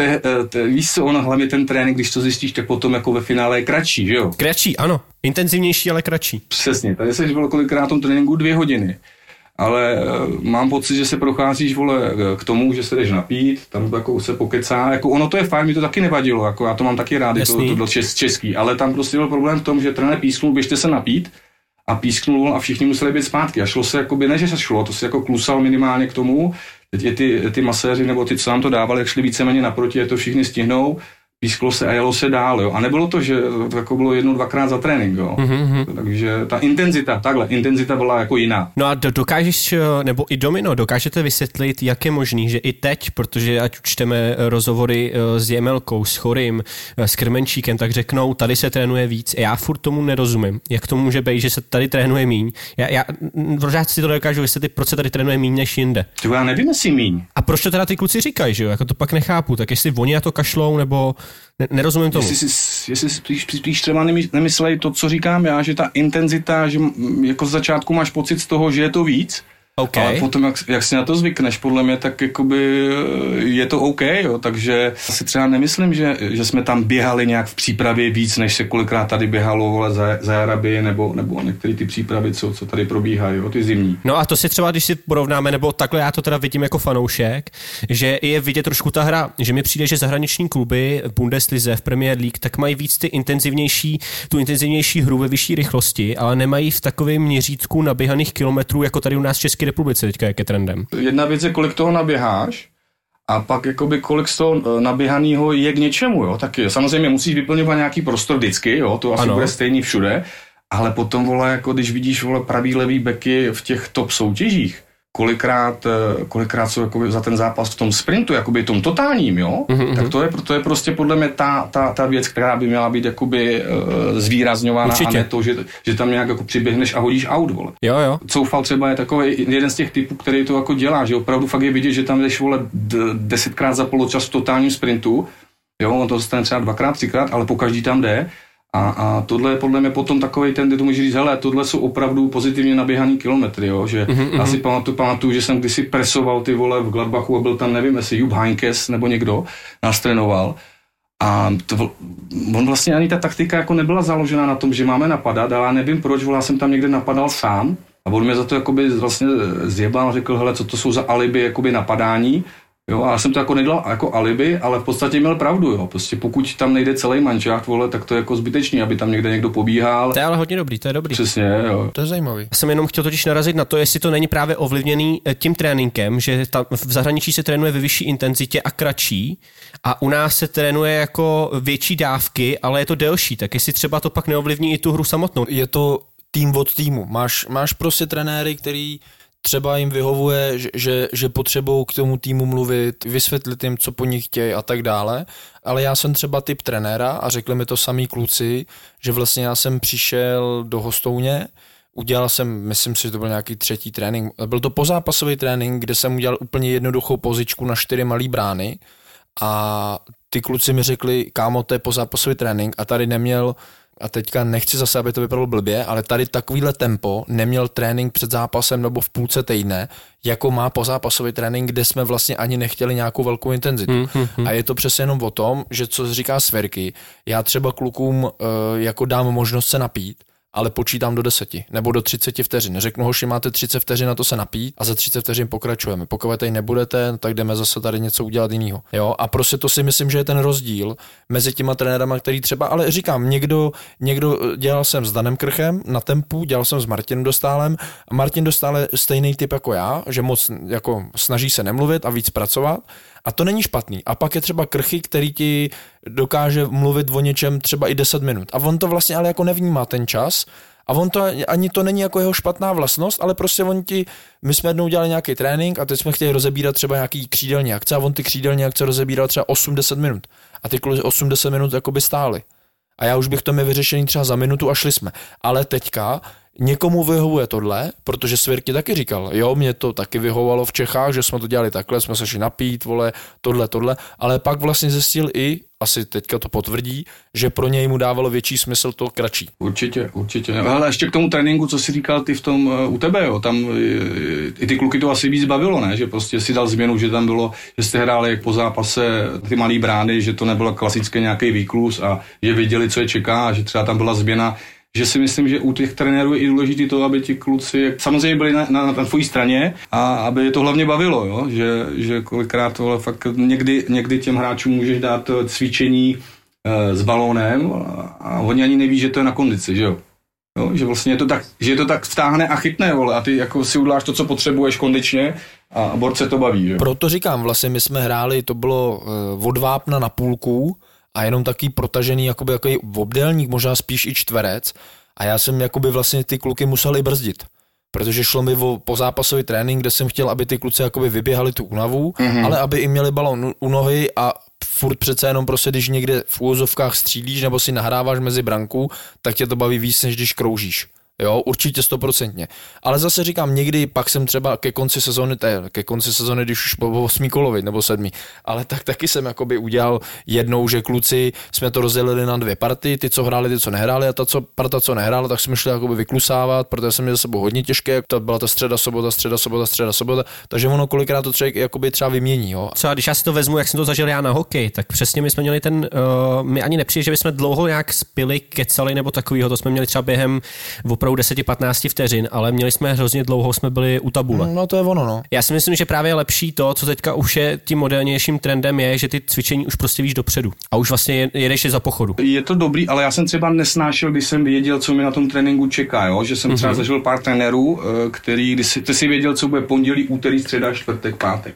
[SPEAKER 5] víš co, hlavně ten trénink, když to zjistíš, tak potom jako ve finále je kratší, že jo?
[SPEAKER 3] Kratší, ano. Intenzivnější, ale kratší.
[SPEAKER 5] Přesně, tady se bylo kolikrát tom tréninku 2 hodiny. Ale mám pocit, že se procházíš, vole, k tomu, že se jdeš napít, tam jako se pokecá, jako ono to je fajn, mi to taky nevadilo, jako já to mám taky rád, to český, ale tam prostě byl problém v tom, že trenér písknul, běžte se napít, a písknul a všichni museli být zpátky a šlo se jakoby, ne že se šlo, to se jako klusal minimálně k tomu, teď ty maséři nebo ty, co nám to dávali, jak šli víceméně naproti, je to všichni stihnou, písklo se a jelo se dál, jo. A nebylo to, že to jako bylo 1-2krát za trénink, jo. Takže ta intenzita byla jako jiná.
[SPEAKER 3] No a dokážeš, nebo i Domino, dokážete vysvětlit, jak je možný, že i teď, protože ať čteme rozhovory s Jemelkou, s Chorým, s Krmenčíkem, tak řeknou, tady se trénuje víc. Já furt tomu nerozumím. Jak to může být, že se tady trénuje míň? Já možná si to dokážu vysvětlit, proč se tady trénuje míň než jinde.
[SPEAKER 5] To já nevím, jestli míň.
[SPEAKER 3] A proč to teda ty kluci říkají, že jo? Jako to pak nechápu. Tak jestli oni na to kašlou, nebo nerozumím tomu.
[SPEAKER 5] Jestli spíš třeba nemyslej to, co říkám já, že ta intenzita, že jako z začátku máš pocit z toho, že je to víc,
[SPEAKER 3] okay.
[SPEAKER 5] Ale potom, jak si na to zvykneš, podle mě, tak jakoby je to OK, jo, takže si třeba nemyslím, že jsme tam běhali nějak v přípravě víc, než se kolikrát tady běhalo, vole, za Arabii, nebo některé ty přípravy, co tady probíhají, jo, ty zimní.
[SPEAKER 3] No a to si třeba, když si porovnáme, nebo takhle já to teda vidím jako fanoušek, že je vidět trošku ta hra, že mi přijde, že zahraniční kluby v Bundeslize, v Premier League, tak mají víc tu intenzivnější hru ve vyšší rychlosti, ale nemají v takovém měřítku naběhaných kilometrů, jako tady u nás v České republice teďka, jak je trendem.
[SPEAKER 5] Jedna věc je, kolik toho naběháš, a pak jakoby kolik z toho naběhanýho je k něčemu, jo, tak samozřejmě musíš vyplňovat nějaký prostor vždycky, jo, to asi bude stejný všude, ale potom, vole, jako když vidíš, vole, pravý levý beky v těch top soutěžích, kolikrát jsou jakoby za ten zápas v tom sprintu, jakoby tom totálním, jo, tak to je prostě podle mě ta věc, která by měla být jakoby zvýrazňována. Určitě. A ne to, že tam nějak jako přiběhneš a hodíš aut, vole.
[SPEAKER 3] Jo.
[SPEAKER 5] Coufal třeba je takový jeden z těch typů, který to jako dělá, že opravdu fakt je vidět, že tam jdeš, vole, 10krát za poločas v totálním sprintu, jo, on to dostane třeba 2x, 3x, ale po každý tam jde. A tohle je podle mě potom takovej ten, kde to může říct, hele, tohle jsou opravdu pozitivně naběhaný kilometry, jo, že já si pamatuju, že jsem kdysi presoval ty vole v Gladbachu a byl tam, nevím, jestli Jupp Heynckes nebo někdo nás trénoval a on vlastně ani ta taktika jako nebyla založena na tom, že máme napadat, ale já nevím proč, vole, já jsem tam někde napadal sám a on mě za to jakoby vlastně zjebal a řekl, hele, co to jsou za alibi jakoby napadání. Jo, a já jsem to jako nedělal jako alibi, ale v podstatě měl pravdu, jo. Prostě pokud tam nejde celý mančák, vole, tak to je jako zbytečný, aby tam někde někdo pobíhal.
[SPEAKER 3] To je ale hodně dobrý, to je dobrý.
[SPEAKER 5] Přesně, jo.
[SPEAKER 4] To je zajímavý.
[SPEAKER 3] Já jsem jenom chtěl totiž narazit na to, jestli to není právě ovlivněný tím tréninkem, že v zahraničí se trénuje ve vyšší intenzitě a kratší a u nás se trénuje jako větší dávky, ale je to delší, tak jestli třeba to pak neovlivní i tu hru samotnou.
[SPEAKER 4] Je to tým od týmu. Máš prostě trenéry, který třeba jim vyhovuje, že potřebují k tomu týmu mluvit, vysvětlit jim, co po nich chtějí a tak dále, ale já jsem třeba typ trenéra a řekli mi to samý kluci, že vlastně já jsem přišel do Hostouně, udělal jsem, myslím si, že to byl nějaký 3. trénink, byl to pozápasový trénink, kde jsem udělal úplně jednoduchou pozičku na 4 malý brány a ty kluci mi řekli, kámo, to je pozápasový trénink a tady neměl. A teďka nechci zase, aby to vypadalo blbě, ale tady takovýhle tempo neměl trénink před zápasem nebo v půlce týdne, jako má pozápasový trénink, kde jsme vlastně ani nechtěli nějakou velkou intenzitu. A je to přesně jenom o tom, že co říká Sverky, já třeba klukům jako dám možnost se napít, ale počítám do 10 nebo do 30 vteřin. Řeknu, hoši, máte 30 vteřin na to se napít a za 30 vteřin pokračujeme. Pokud tady nebudete, tak jdeme zase tady něco udělat jiného. Jo? A prostě to si myslím, že je ten rozdíl mezi těma trenérama, který třeba, ale říkám, někdo dělal jsem s Danem Krchem na tempu, dělal jsem s Martinem Dostálem a Martin Dostál stejný typ jako já, že moc jako snaží se nemluvit a víc pracovat. A to není špatný. A pak je třeba Krchy, který ti dokáže mluvit o něčem třeba i 10 minut. A on to vlastně ale jako nevnímá ten čas. A on to ani to není jako jeho špatná vlastnost, ale prostě my jsme jednou dělali nějaký trénink a teď jsme chtěli rozebírat třeba nějaký křídelní akce a on ty křídelní akce rozebíral třeba 8-10 minut. A ty kluci 8-10 minut jakoby stály. A já už bych to měl vyřešený třeba za minutu a šli jsme. Ale teďka někomu vyhovuje tohle, protože Svěrky taky říkal, jo, mě to taky vyhovovalo v Čechách, že jsme to dělali takhle, jsme se šli napít, vole, tohle, ale pak vlastně zjistil i, asi teďka to potvrdí, že pro něj mu dávalo větší smysl to kratší.
[SPEAKER 5] Určitě. Ale ještě k tomu tréninku, co jsi říkal ty v tom u tebe, jo, tam i ty kluky to asi víc bavilo, ne, že prostě si dal změnu, že tam bylo, že jste hráli jak po zápase ty malý brány, že to nebylo klasické nějaký výklus a že věděli, co je čeká a že třeba tam byla změna. Že si myslím, že u těch trenérů je i důležité to, aby ti kluci samozřejmě byli na tvojí straně a aby je to hlavně bavilo, jo? Že kolikrát tohle fakt někdy těm hráčům můžeš dát cvičení s balónem a oni ani neví, že to je na kondici, že jo? Jo? Že vlastně je to tak vtáhne a chytne, vole, a ty jako si uděláš to, co potřebuješ kondičně a borce to baví, že jo?
[SPEAKER 4] Proto říkám, vlastně my jsme hráli, to bylo od vápna na půlku, a jenom taký protažený jakoby obdélník, možná spíš i čtverec a já jsem jakoby vlastně ty kluky musel i brzdit, protože šlo mi o pozápasový trénink, kde jsem chtěl, aby ty kluci jakoby vyběhali tu únavu, ale aby i měli balón u nohy a furt přece jenom prostě, když někde v úvozovkách střílíš nebo si nahráváš mezi branku, tak tě to baví víc, než když kroužíš. Jo, určitě 100%. Ale zase říkám, někdy pak jsem třeba ke konci sezony, když už po 8 kolovi nebo 7, ale tak taky jsem jakoby udělal jednou, že kluci jsme to rozdělili na 2 party, ty, co hráli, ty, co nehráli a parta, co nehrála, tak jsme šli jakoby vyklusávat, protože jsem měl za sebou hodně těžké, to byla ta středa, sobota, takže ono kolikrát to člověk jakoby třeba vymění, jo.
[SPEAKER 3] Třeba když já si to vezmu, jak jsem to zažil já na hokej, tak přesně my jsme měli my ani nepřijde, že bychom dlouho nějak spili, kecali nebo takovýho, to jsme měli třeba během opravdu 10-15 vteřin, ale měli jsme hrozně dlouho, jsme byli u tabule.
[SPEAKER 4] No to je ono, no.
[SPEAKER 3] Já si myslím, že právě je lepší to, co teďka už je tím modernějším trendem je, že ty cvičení už prostě víš dopředu a už vlastně jedeš za pochodu.
[SPEAKER 5] Je to dobrý, ale já jsem třeba nesnášel, když jsem věděl, co mi na tom tréninku čeká, jo? Že jsem třeba zažil pár trenérů, který, ty si věděl, co bude pondělí, úterý, středa, čtvrtek, pátek.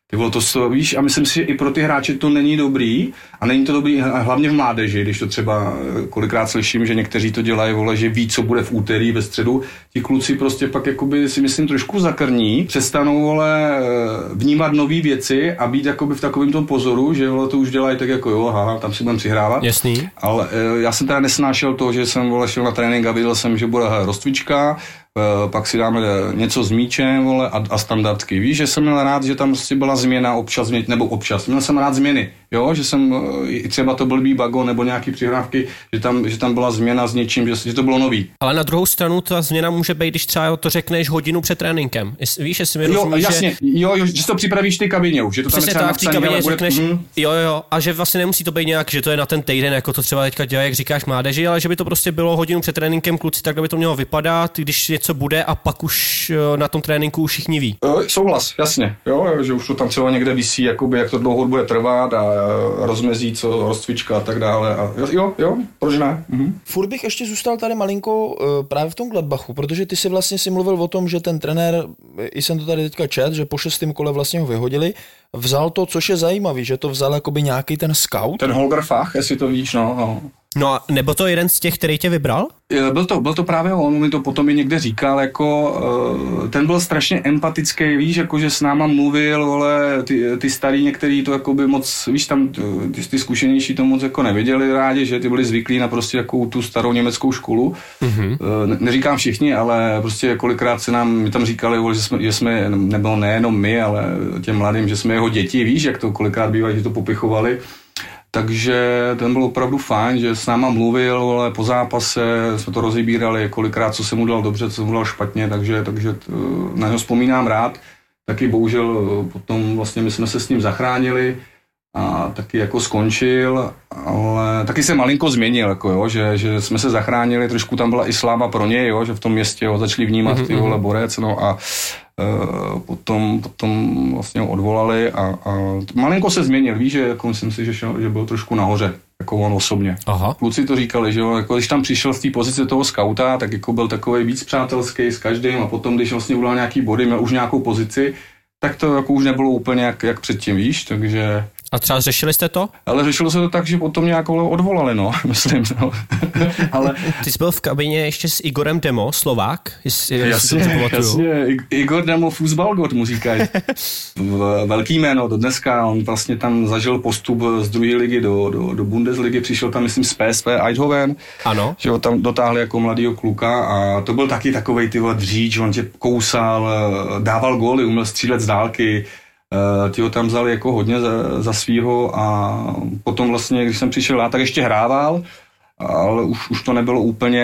[SPEAKER 5] Ty vole, to víš, a myslím si, že i pro ty hráče to není dobrý, a není to dobrý hlavně v mládeži, když to třeba kolikrát slyším, že někteří to dělají, vole, že ví, co bude v úterý, ve středu, ti kluci prostě pak jakoby si myslím trošku zakrní, přestanou, vole, vnímat nový věci a být jakoby v takovém tom pozoru, že vole, to už dělají tak jako jo, aha, tam si budeme přihrávat.
[SPEAKER 3] Jasný.
[SPEAKER 5] Ale já jsem teda nesnášel to, že jsem, vole, šel na trénink a viděl jsem, že bude rozcvička, pak si dáme něco s míčem, vole, a standardky. Víš, že jsem měl rád, že tam prostě byla změna občas, měl jsem rád změny, jo, že jsem, třeba to blbý bago nebo nějaký přihrávky, že tam byla změna s něčím, že to bylo nový.
[SPEAKER 3] Ale na druhou stranu ta změna může být, když třeba to řekneš hodinu před tréninkem. Víš, jestli mi rozumíš,
[SPEAKER 5] jasně, že to připravíš ty kabině už, že to tam
[SPEAKER 3] přesně
[SPEAKER 5] je
[SPEAKER 3] tak, v té kabině řekneš,
[SPEAKER 5] bude,
[SPEAKER 3] jo, a že vlastně nemusí to být nějak, že to je na ten týden, jako to třeba teďka dělá, jak říkáš, mládeži, ale že by to prostě bylo hodinu před tréninkem, kluci, takhle by to mělo vypadat, když něco bude a pak už na tom tréninku všichni ví.
[SPEAKER 5] Souhlas, jasně, jo, že už to tam třeba někde visí, jakoby, jak to dlouho bude trvat a rozmezí, co rozcvička a tak dále. A jo, proč ne?
[SPEAKER 4] Furt bych ještě zůstal tady malinko právě v tom Gladbachu, protože ty si mluvil o tom, že ten trenér, i jsem to tady teďka čet, že po 6. kole vlastně ho vyhodili, vzal to, což je zajímavý, že to vzal jakoby nějaký ten scout.
[SPEAKER 5] Ten Holger Fach, jestli to víš, no.
[SPEAKER 3] No a nebo to jeden z těch, který tě vybral?
[SPEAKER 5] Byl to právě on, mi to potom i někde říkal, jako ten byl strašně empatický, víš, jako že s náma mluvil, vole, ty starý některý to jako by moc, víš, tam ty zkušenější to moc jako nevěděli rádi, že ty byli zvyklí na prostě jako tu starou německou školu. Neříkám všichni, ale prostě kolikrát se mi tam říkali, vole, že jsme nebylo nejenom my, ale těm mladým, že jsme jeho děti, víš, jak to kolikrát bývá, že to popichovali. Takže ten byl opravdu fajn, že s náma mluvil, ale po zápase jsme to rozebírali, kolikrát, co se mu dal dobře, co se mu dal špatně, takže na něho vzpomínám rád. Taky bohužel potom vlastně my jsme se s ním zachránili a taky jako skončil, ale taky se malinko změnil, jako jo, že jsme se zachránili, trošku tam byla i sláva pro něj, jo, že v tom městě ho začali vnímat ty vole borec, no a potom vlastně ho odvolali a malinko se změnil, víš, že jako myslím si, že byl trošku nahoře, jako on osobně. Aha. Kluci to říkali, že jako když tam přišel z té pozice toho skauta, tak jako byl takovej víc přátelský s každým a potom, když vlastně udělal nějaký body, měl už nějakou pozici, tak to jako už nebylo úplně jak předtím, víš, takže...
[SPEAKER 3] A třeba řešili jste to?
[SPEAKER 5] Ale řešilo se to tak, že potom nějakou odvolali, no, myslím, no. Ale...
[SPEAKER 3] Ty jsi byl v kabině ještě s Igorem Demo, Slovák?
[SPEAKER 5] Jasně, Igor Demo, fuzbalgott mu říkají. Velký jméno do dneska, on vlastně tam zažil postup z druhé ligy do Bundesligy, přišel tam, myslím, z PSV Eindhoven.
[SPEAKER 3] Ano.
[SPEAKER 5] Že ho tam dotáhli jako mladýho kluka a to byl taky takovej ty dříč, on tě kousal, dával góly, uměl střílet z dálky. Ti ho tam vzali jako hodně za svýho a potom vlastně, když jsem přišel, tak ještě hrával, ale už to nebylo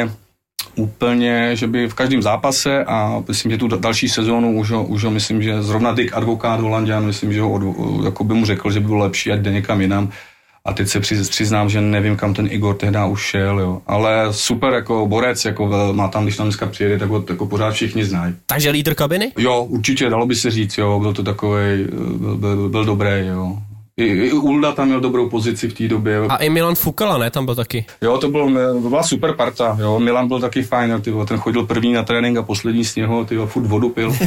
[SPEAKER 5] úplně, že by v každém zápase a myslím, že tu další sezónu už ho myslím, že zrovna Dick Advokát Holanďan, myslím, že ho jako by mu řekl, že by bylo lepší, ať jde někam jinam. A teď se přiznám, že nevím, kam ten Igor tehdy už šel, jo. Ale super, jako borec, jako má tam, když tam dneska přijede, tak ho jako pořád všichni znají.
[SPEAKER 3] Takže lídr kabiny?
[SPEAKER 5] Jo, určitě, dalo by se říct, jo, byl to takovej, byl dobrý, jo. I Ulda tam měl dobrou pozici v té době.
[SPEAKER 3] A i Milan Fukala, ne? Tam byl taky.
[SPEAKER 5] Jo, to byla super parta, jo. Milan byl taky fajn, ten chodil první na trénink a poslední z něho, furt vodu pil.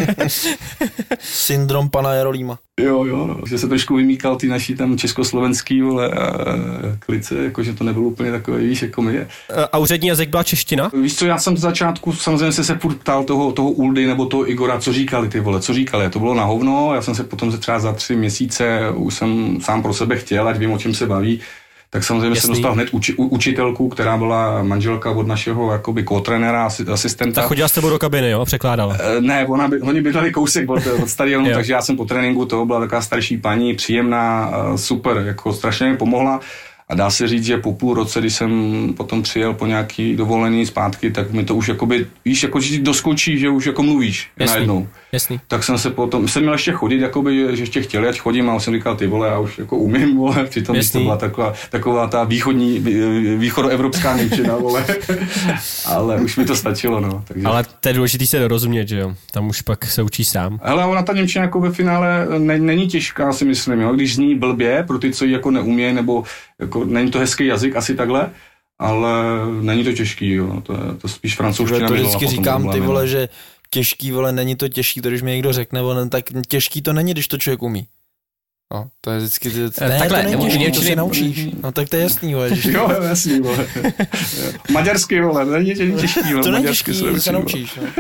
[SPEAKER 4] Syndrom pana Jarolíma.
[SPEAKER 5] Jo, no, že se trošku vymýkal ty naší tam československý, vole, klice, jakože to nebylo úplně takové, víš, jako my je.
[SPEAKER 3] A úřední jazyk byla čeština?
[SPEAKER 5] Víš co, já jsem v začátku, samozřejmě se furt ptal toho Uldy nebo toho Igora, co říkali ty vole, to bylo na hovno, já jsem se potom třeba za 3 měsíce, už jsem sám pro sebe chtěl, ať vím, o čem se baví, tak samozřejmě jsem dostal hned učitelku, která byla manželka od našeho jakoby co-trenéra, asistenta.
[SPEAKER 3] Tak chodila s tebou do kabiny, jo, překládala?
[SPEAKER 5] Ne, oni bydleli kousek od stadionu, takže já jsem po tréninku, to byla taková starší paní, příjemná, super, jako strašně mi pomohla. A dá se říct, že po půl roce, když jsem potom přijel po nějaký dovolený zpátky, tak mi to už jakoby, víš, jako že doskočí, že už jako mluvíš najednou.
[SPEAKER 3] Jasný.
[SPEAKER 5] Tak jsem jsem měl ještě chodit, jakoby, že ještě chtěli, ať chodím, a už jsem říkal, ty vole, já už jako umím, vole, přitom to byla taková ta východoevropská němčina, vole. Ale už mi to stačilo, no. Takže...
[SPEAKER 3] Ale to je důležitý se dorozumět, že jo? Tam už pak se učí sám.
[SPEAKER 5] Hele, ona ta němčina jako ve finále není těžká, si myslím, jo? Když zní blbě, pro ty, co ji jako neumějí, nebo jako není to hezký jazyk, asi takhle, ale není to těžký, jo. To spíš francouzština.
[SPEAKER 4] To vždycky říkám, ty vole, že těžký, vole, není to těžký, to když mi někdo řekne, vole, tak těžký to není, když to člověk umí. No, to je vždycky,
[SPEAKER 3] takhle,
[SPEAKER 4] to není těžký, to si naučíš. No tak to je jasný, vole.
[SPEAKER 5] Jo, jasný, vole. Maďarský, vole, není těžký, vole.
[SPEAKER 4] To není těžký, to se naučíš. No.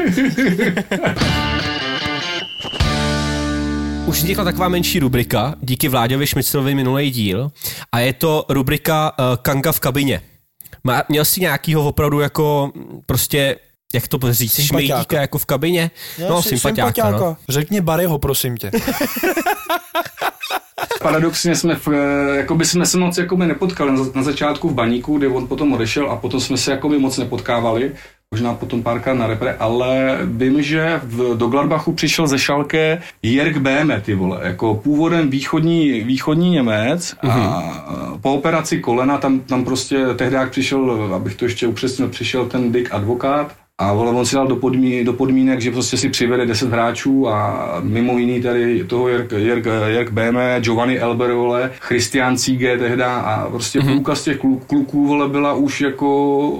[SPEAKER 3] Už vznikla taková menší rubrika, díky Vláďovi Šmiclovi minulý díl, a je to rubrika Kanga v kabině. Měl jsi nějakýho opravdu jako prostě, jak to říct, šmejdíka jako v kabině? No, sympatiáka. No.
[SPEAKER 4] Řekni Barryho, prosím tě.
[SPEAKER 5] Paradoxně jsme se moc nepotkali na začátku v Baníku, kde on potom odešel a potom jsme se moc nepotkávali. Možná potom párkrát na repre, ale vím, že do Gladbachu přišel ze Schalke Jörg Böhme, ty vole, jako původem východní Němec a po operaci kolena tam prostě tehdák přišel, abych to ještě upřesnil, přišel ten Dick Advokát a vole, on si dal do podmínek, že prostě si přivede 10 hráčů a mimo jiný tady toho Jörg Böhme, Giovanni Elber, vole, Christian Ziege tehda a prostě půlka z těch kluků, vole, byla už jako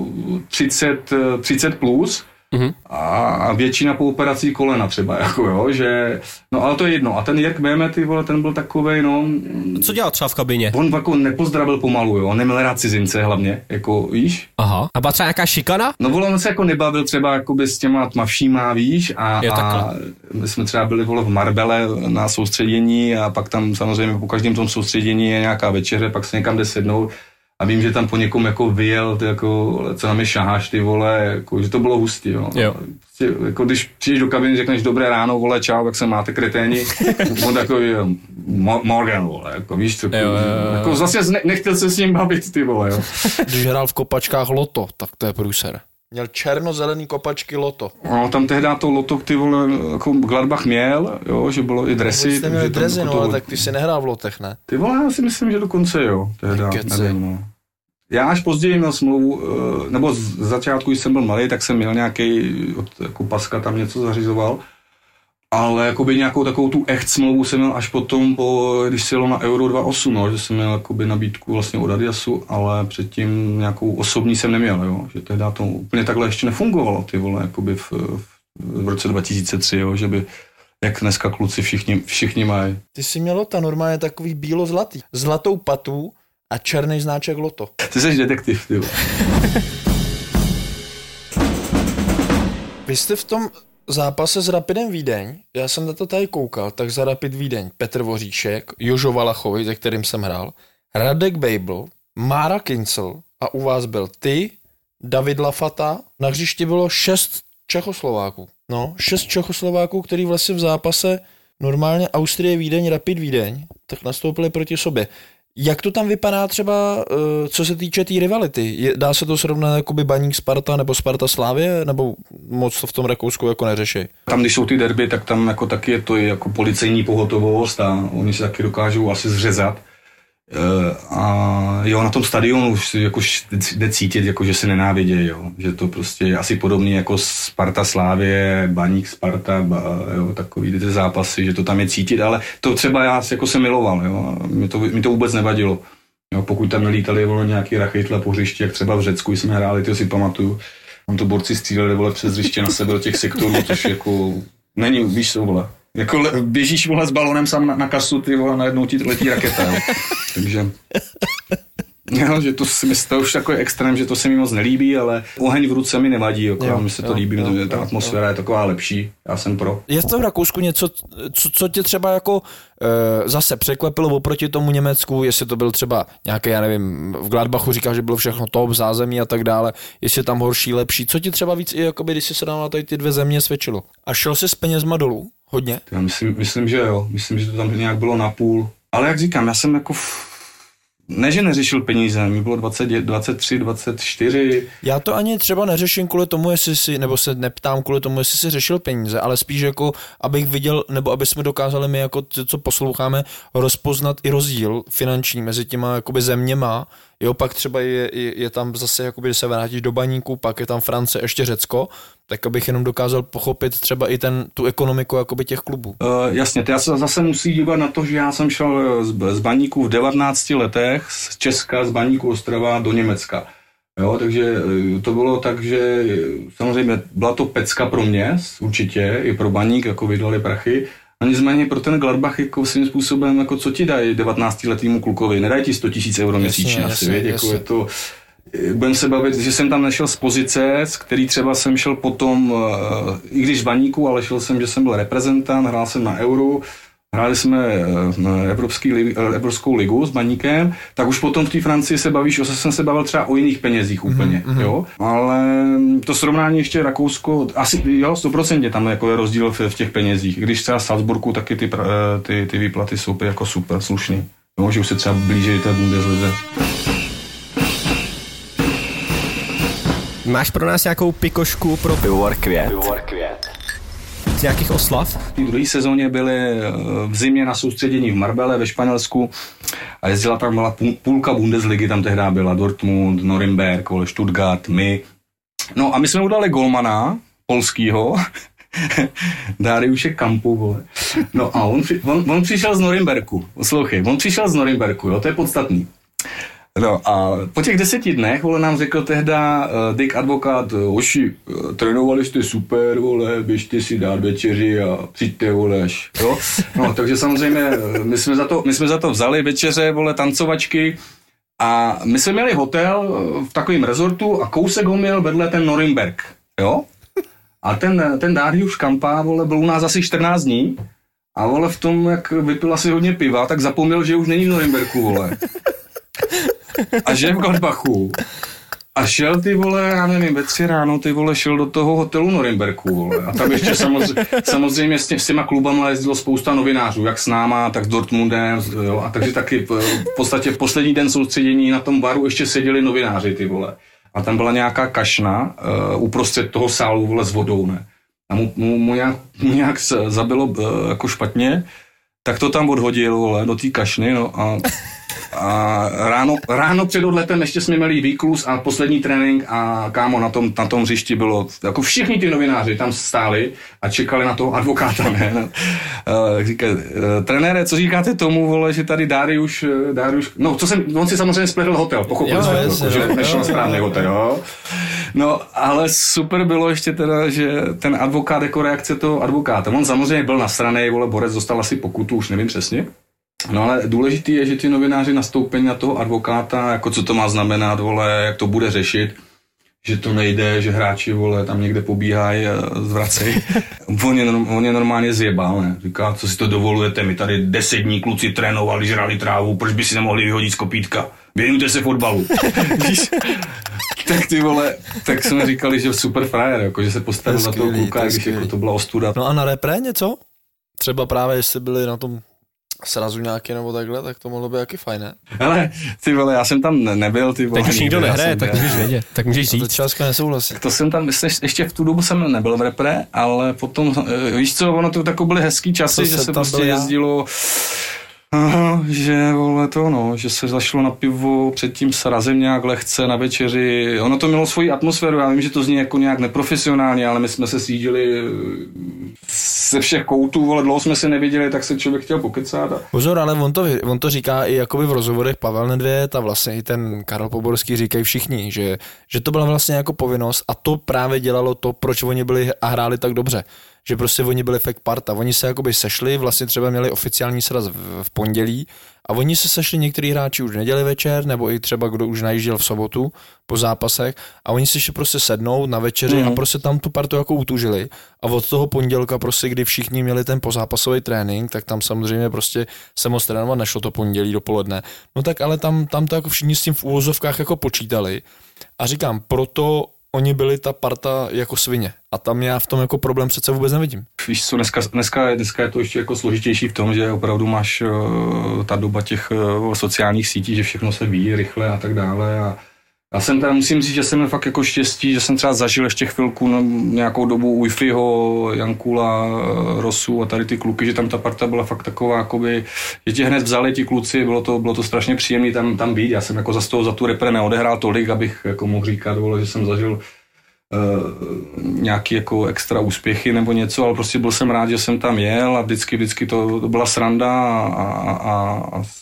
[SPEAKER 5] 30 plus. A většina po operaci kolena třeba, jako jo, že, no ale to je jedno. A ten Jörg Böhme, ty vole, ten byl takovej, no.
[SPEAKER 3] Co dělal třeba v kabině?
[SPEAKER 5] On jako nepozdravil pomalu, jo, neměl rád cizince hlavně, jako, víš.
[SPEAKER 3] Aha. A byla třeba nějaká šikana?
[SPEAKER 5] No vole, on se jako nebavil třeba jakoby s těma tmavšíma, víš, a my jsme třeba byli, vole, v Marbelle na soustředění a pak tam samozřejmě po každém tom soustředění je nějaká večeře, pak se někam jde sednout. A vím, že tam po někom jako vyjel, ty jako, co na mě šaháš, ty vole, jako, že to bylo hustý, jo. Prostě, jako, když přijdeš do kabiny, řekneš dobré ráno, vole, čau, jak se máte, kreténi, on takový, Morgan, vole, jako, víš, co, jako, zase nechtěl se s ním bavit, ty vole, jo.
[SPEAKER 4] Když hrál v kopačkách Lotto, tak to je průser. Měl černozelený kopačky Lotto.
[SPEAKER 5] No, tam tehdy to Lotto, ty vole, jako Gladbach měl, jo, že bylo i dresy.
[SPEAKER 4] Jste měli dresy, no, ale tak ty si nehrál v Lotech, ne?
[SPEAKER 5] Ty vole, já si myslím, že dokonce jo, tehdy, nevím, no. Já až později měl smlouvu, nebo z začátku, když jsem byl malý, tak jsem měl nějaký jako Paska tam něco zařizoval, ale jakoby nějakou takovou tu echt smlouvu jsem měl až potom, když se jelo na Euro 2008, no, že jsem měl jakoby nabídku vlastně od Adidasu, ale předtím nějakou osobní jsem neměl, jo, že tehdy to úplně takhle ještě nefungovalo, ty vole, jakoby v roce 2003, jo, že by jak dneska kluci všichni mají.
[SPEAKER 4] Ty jsi měl Lota, normálně takový bílo-zlatý, zlatou patu a černý znáček Lotto.
[SPEAKER 5] Ty jsi detektiv, ty.
[SPEAKER 4] Vy jste v tom zápase s Rapidem Vídeň, já jsem na to tady koukal, tak za Rapid Vídeň Petr Voříšek, Jožo Valachový, se kterým jsem hrál, Radek Bejbl, Mára Kincel a u vás byl ty, David Lafata, na hřišti bylo 6 Čechoslováků. No, 6 Čechoslováků, který vlastně v zápase normálně Austrie Vídeň, Rapid Vídeň, tak nastoupili proti sobě. Jak to tam vypadá třeba, co se týče té rivality? Dá se to srovnat jakoby Baník Sparta nebo Sparta Slavie, nebo moc to v tom Rakousku jako neřeší?
[SPEAKER 5] Tam, když jsou ty derby, tak tam jako taky je to jako policejní pohotovost a oni se taky dokážou asi zřezat. A jo, na tom stadionu už jako jde cítit, jako, že se nenávidějí, jo. Že to prostě je asi podobný jako Sparta Slávie, Baník Sparta, jo, takový ty zápasy, že to tam je cítit, ale to třeba já jako jsem miloval, jo. Mi to vůbec nevadilo. Jo, pokud tam nelítali nějaký rachejtle po hřišti, jak třeba v Řecku jsme hráli, to si pamatuju. Tam to borci stříleli, vole, přes hřiště na sebe do těch sektorů, což jako není, víš co, vole. Jako běžíš, vole, s balonem sám na kasu, ty vole, najednou ti letí raketa, jo. Takže, jo, že to si myslím, to už takový extrém, že to se mi moc nelíbí, ale oheň v ruce mi nevadí, jako, mi se to líbí, ta atmosféra je taková lepší, já jsem pro.
[SPEAKER 4] Je to v Rakousku něco, co tě třeba jako zase překvapilo oproti tomu Německu, jestli to byl třeba nějaký, já nevím, v Gladbachu říká, že bylo všechno top, zázemí a tak dále, jestli tam horší, lepší, co ti třeba víc i jakoby, když jsi se dal na tady ty dvě země svědčilo? A šel jsi s penězma dolů? Hodně?
[SPEAKER 5] Já myslím, že jo. Myslím, že to tam nějak bylo napůl. Ale jak říkám, já jsem jako ne, že neřešil peníze, mi bylo 23, 24.
[SPEAKER 4] Já to ani třeba neřeším kvůli tomu, jestli si, nebo se neptám kvůli tomu, jestli si řešil peníze, ale spíš jako, abych viděl, nebo aby jsme dokázali my jako, co posloucháme, rozpoznat i rozdíl finanční mezi těma jakoby zeměma. Jo, pak třeba je tam zase, jakoby, když se vrátíš do Baníku, pak je tam Francie, ještě Řecko, tak abych jenom dokázal pochopit třeba i tu ekonomiku jakoby těch klubů.
[SPEAKER 5] Jasně, já se zase musí dívat na to, že já jsem šel z Baníku v 19 letech z Česka, z Baníku Ostrava do Německa. Jo, takže to bylo tak, že samozřejmě byla to pecka pro mě, určitě, i pro Baník, jako vydali prachy. A nicméně pro ten Gladbach jako svým způsobem, jako co ti dají 19letýmu klukovi, nedají ti 100 000 euro měsíčně asi, věď, jako je to, budem se bavit, že jsem tam nešel z pozice, z který třeba jsem šel potom, i když v Baníku, ale šel jsem, že jsem byl reprezentant, hrál jsem na Euro, hráli jsme Evropskou ligu s Baníkem, tak už potom v té Francii se bavíš, jsem se bavil třeba o jiných penězích úplně, jo, ale to srovnání ještě Rakousko, asi jo, 100% tam jako je rozdíl v těch penězích, když třeba v Salzburgu taky ty výplaty jsou jako super slušný, jo, že už se třeba blíží té Bundeslize.
[SPEAKER 3] Máš pro nás nějakou pikošku pro Pivovar Květ? Z nějakých oslav?
[SPEAKER 5] V té druhé sezóně byly v zimě na soustředění v Marbelle ve Španělsku a jezdila tam byla půlka Bundesligy, tam tehdy byla Dortmund, Norimberg, Stuttgart, my. No a my jsme udali golmana polskýho, Dariuše Kampu, vole. No a on přišel z Norimberku, poslouchej, on přišel z Norimberku, jo, to je podstatný. No a po těch 10 dnech, vole, nám řekl tehda Dick Advokát, hoši, trénovali jste super, vole, běžte si dát večeři a přijďte, vole, jo. No, takže samozřejmě my jsme za to vzali večeře, vole, tancovačky a my jsme měli hotel v takovém rezortu a kousek ho měl vedle ten Norimberg, jo. A ten Dariuš Kampa, vole, byl u nás asi 14 dní a, vole, v tom, jak vypil asi hodně piva, tak zapomněl, že už není v Norimberku, vole. A že v Gladbachu. A šel, ty vole, já nevím, ve 3 ráno, ty vole, šel do toho hotelu Norimberku, vole. A tam ještě samozřejmě s těma klubama jezdilo spousta novinářů, jak s náma, tak s Dortmundem, jo. A takže taky v podstatě poslední den soustředění na tom baru ještě seděli novináři, ty vole. A tam byla nějaká kašna uprostřed toho sálu, vole, s vodou, ne. A mu nějak zabilo jako špatně, tak to tam odhodil, vole, do té kašny, no a ráno před odletem ještě jsme měli výkluz a poslední trénink a kámo na tom hřišti bylo, jako všichni ty novináři tam stáli a čekali na toho advokáta, ne? Trenére, co říkáte tomu, vole, že tady Dariuš, no on si samozřejmě spletl hotel, pochopil jsme, že nešel na správný hotel, jo. No, ale super bylo ještě teda, že ten advokát jako reakce toho advokáta, on samozřejmě byl nasranej, vole, borec dostal asi pokutu, už nevím přesně. No ale důležitý je, že ti novináři nastoupení na toho advokáta, jako co to má znamenat, vole, jak to bude řešit, že to nejde, že hráči, vole, tam někde pobíhají a zvracejí. On je normálně zjebal, ne? Říká, co si to dovolujete, my tady 10 dní kluci trénovali, žrali trávu, proč by si nemohli vyhodit z kopítka? Věnujte se fotbalu. Tak ty vole, tak jsme říkali, že super frajer, jako, že se postavil na toho kluka, když jako to byla ostuda.
[SPEAKER 4] No a na repre něco? Třeba právě, jestli byli na tom srazu nějaký nebo takhle, tak to mohlo být jaký fajn, ne?
[SPEAKER 5] Hele, ty vole, já jsem tam nebyl, ty vole.
[SPEAKER 3] Tak už nikdo nehraje, tak můžeš vědět, tak můžeš říct.
[SPEAKER 4] To částka nesouhlasí.
[SPEAKER 5] To jsem tam, ještě v tu dobu jsem nebyl v repre, ale potom, víš co, ono to takové byly hezký časy, že se prostě jezdilo, že vole to no, že se zašlo na pivo, předtím srazem nějak lehce na večeři, ono to mělo svoji atmosféru, já vím, že to zní jako nějak neprofesionálně, ale my jsme se sjížděli ze všech koutů, vole, dlouho jsme se neviděli, tak se člověk chtěl pokecat.
[SPEAKER 4] Pozor, ale on to říká i jakoby v rozhovorech Pavel Nedvěd a vlastně i ten Karel Poborský říkají všichni, že to byla vlastně jako povinnost a to právě dělalo to, proč oni byli a hráli tak dobře. Že prostě oni byli fakt parta. Oni se jakoby sešli, vlastně třeba měli oficiální sraz v pondělí a oni se sešli některý hráči už v neděli večer, nebo i třeba kdo už najížděl v sobotu po zápasech a oni se šli prostě sednout na večeři a prostě tam tu partu jako utužili a od toho pondělka prostě, kdy všichni měli ten pozápasový trénink, tak tam samozřejmě prostě se moc trénovat nešlo to pondělí dopoledne. No tak ale tam to jako všichni s tím v úvozovkách jako počítali a říkám, proto oni byli ta parta jako svině. A tam já v tom jako problém přece vůbec nevidím.
[SPEAKER 5] Víš co, dneska je to ještě jako složitější v tom, že opravdu máš ta doba těch sociálních sítí, že všechno se ví rychle a tak dále. A já jsem teda musím říct, že jsem měl fakt jako štěstí, že jsem třeba zažil ještě chvilku nějakou dobu u Wi-Fiho, Jankula, Rosu a tady ty kluky, že tam ta parta byla fakt taková, jakoby, že tě hned vzali ti kluci, bylo to strašně příjemné tam být. Já jsem jako za tu repre neodehrál tolik, abych jako mohl říkat, že jsem zažil nějaký jako extra úspěchy nebo něco, ale prostě byl jsem rád, že jsem tam jel a vždycky to byla sranda a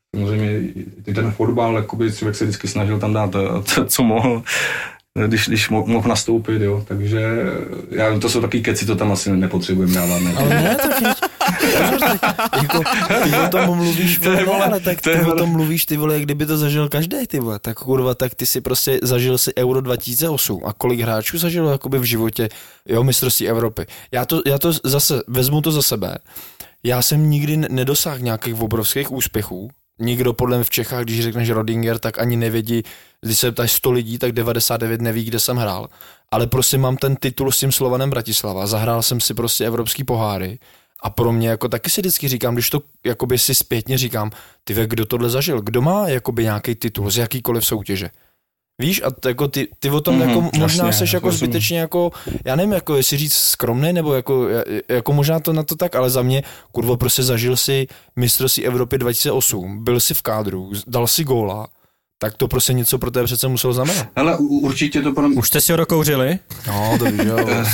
[SPEAKER 5] samozřejmě ten fotbal, jakoby člověk se vždycky snažil tam dát co mohl, když mohl nastoupit, jo, takže to jsou taky keci, to tam asi nepotřebujeme dávat. Ne?
[SPEAKER 4] Ale ne, tak jako, ty o tom mluvíš, ale tak ty o tom mluvíš, ty vole, jak kdyby to zažil každý, ty vole, tak kurva, tak ty si prostě zažil si Euro 2008 a kolik hráčů zažilo jakoby v životě, jo, mistrovství Evropy. Já to zase, vezmu to za sebe, já jsem nikdy nedosáhl nějakých obrovských úspěchů. Nikdo podle mě v Čechách, když řekneš Rodinger, tak ani nevědí, když se ptáš 100 lidí, tak 99 neví, kde jsem hrál. Ale prostě mám ten titul s tím Slovanem Bratislava, zahrál jsem si prostě evropský poháry a pro mě jako taky si vždycky říkám, když to jakoby si zpětně říkám, ty ve, kdo tohle zažil, kdo má jakoby nějaký titul z jakýkoliv soutěže. Víš, a jako ty o tom jako možná seš jako zbytečně jako, já nevím, jako jestli říct skromný, nebo jako možná to na to tak, ale za mě, kurvo, prostě zažil si mistrovství Evropy 2008, byl si v kádru, dal si góla, tak to prostě něco pro tebe přece muselo znamenat.
[SPEAKER 5] Hele, určitě to pro mě...
[SPEAKER 3] Už jste si ho dokouřili?
[SPEAKER 4] No, to víš, jo.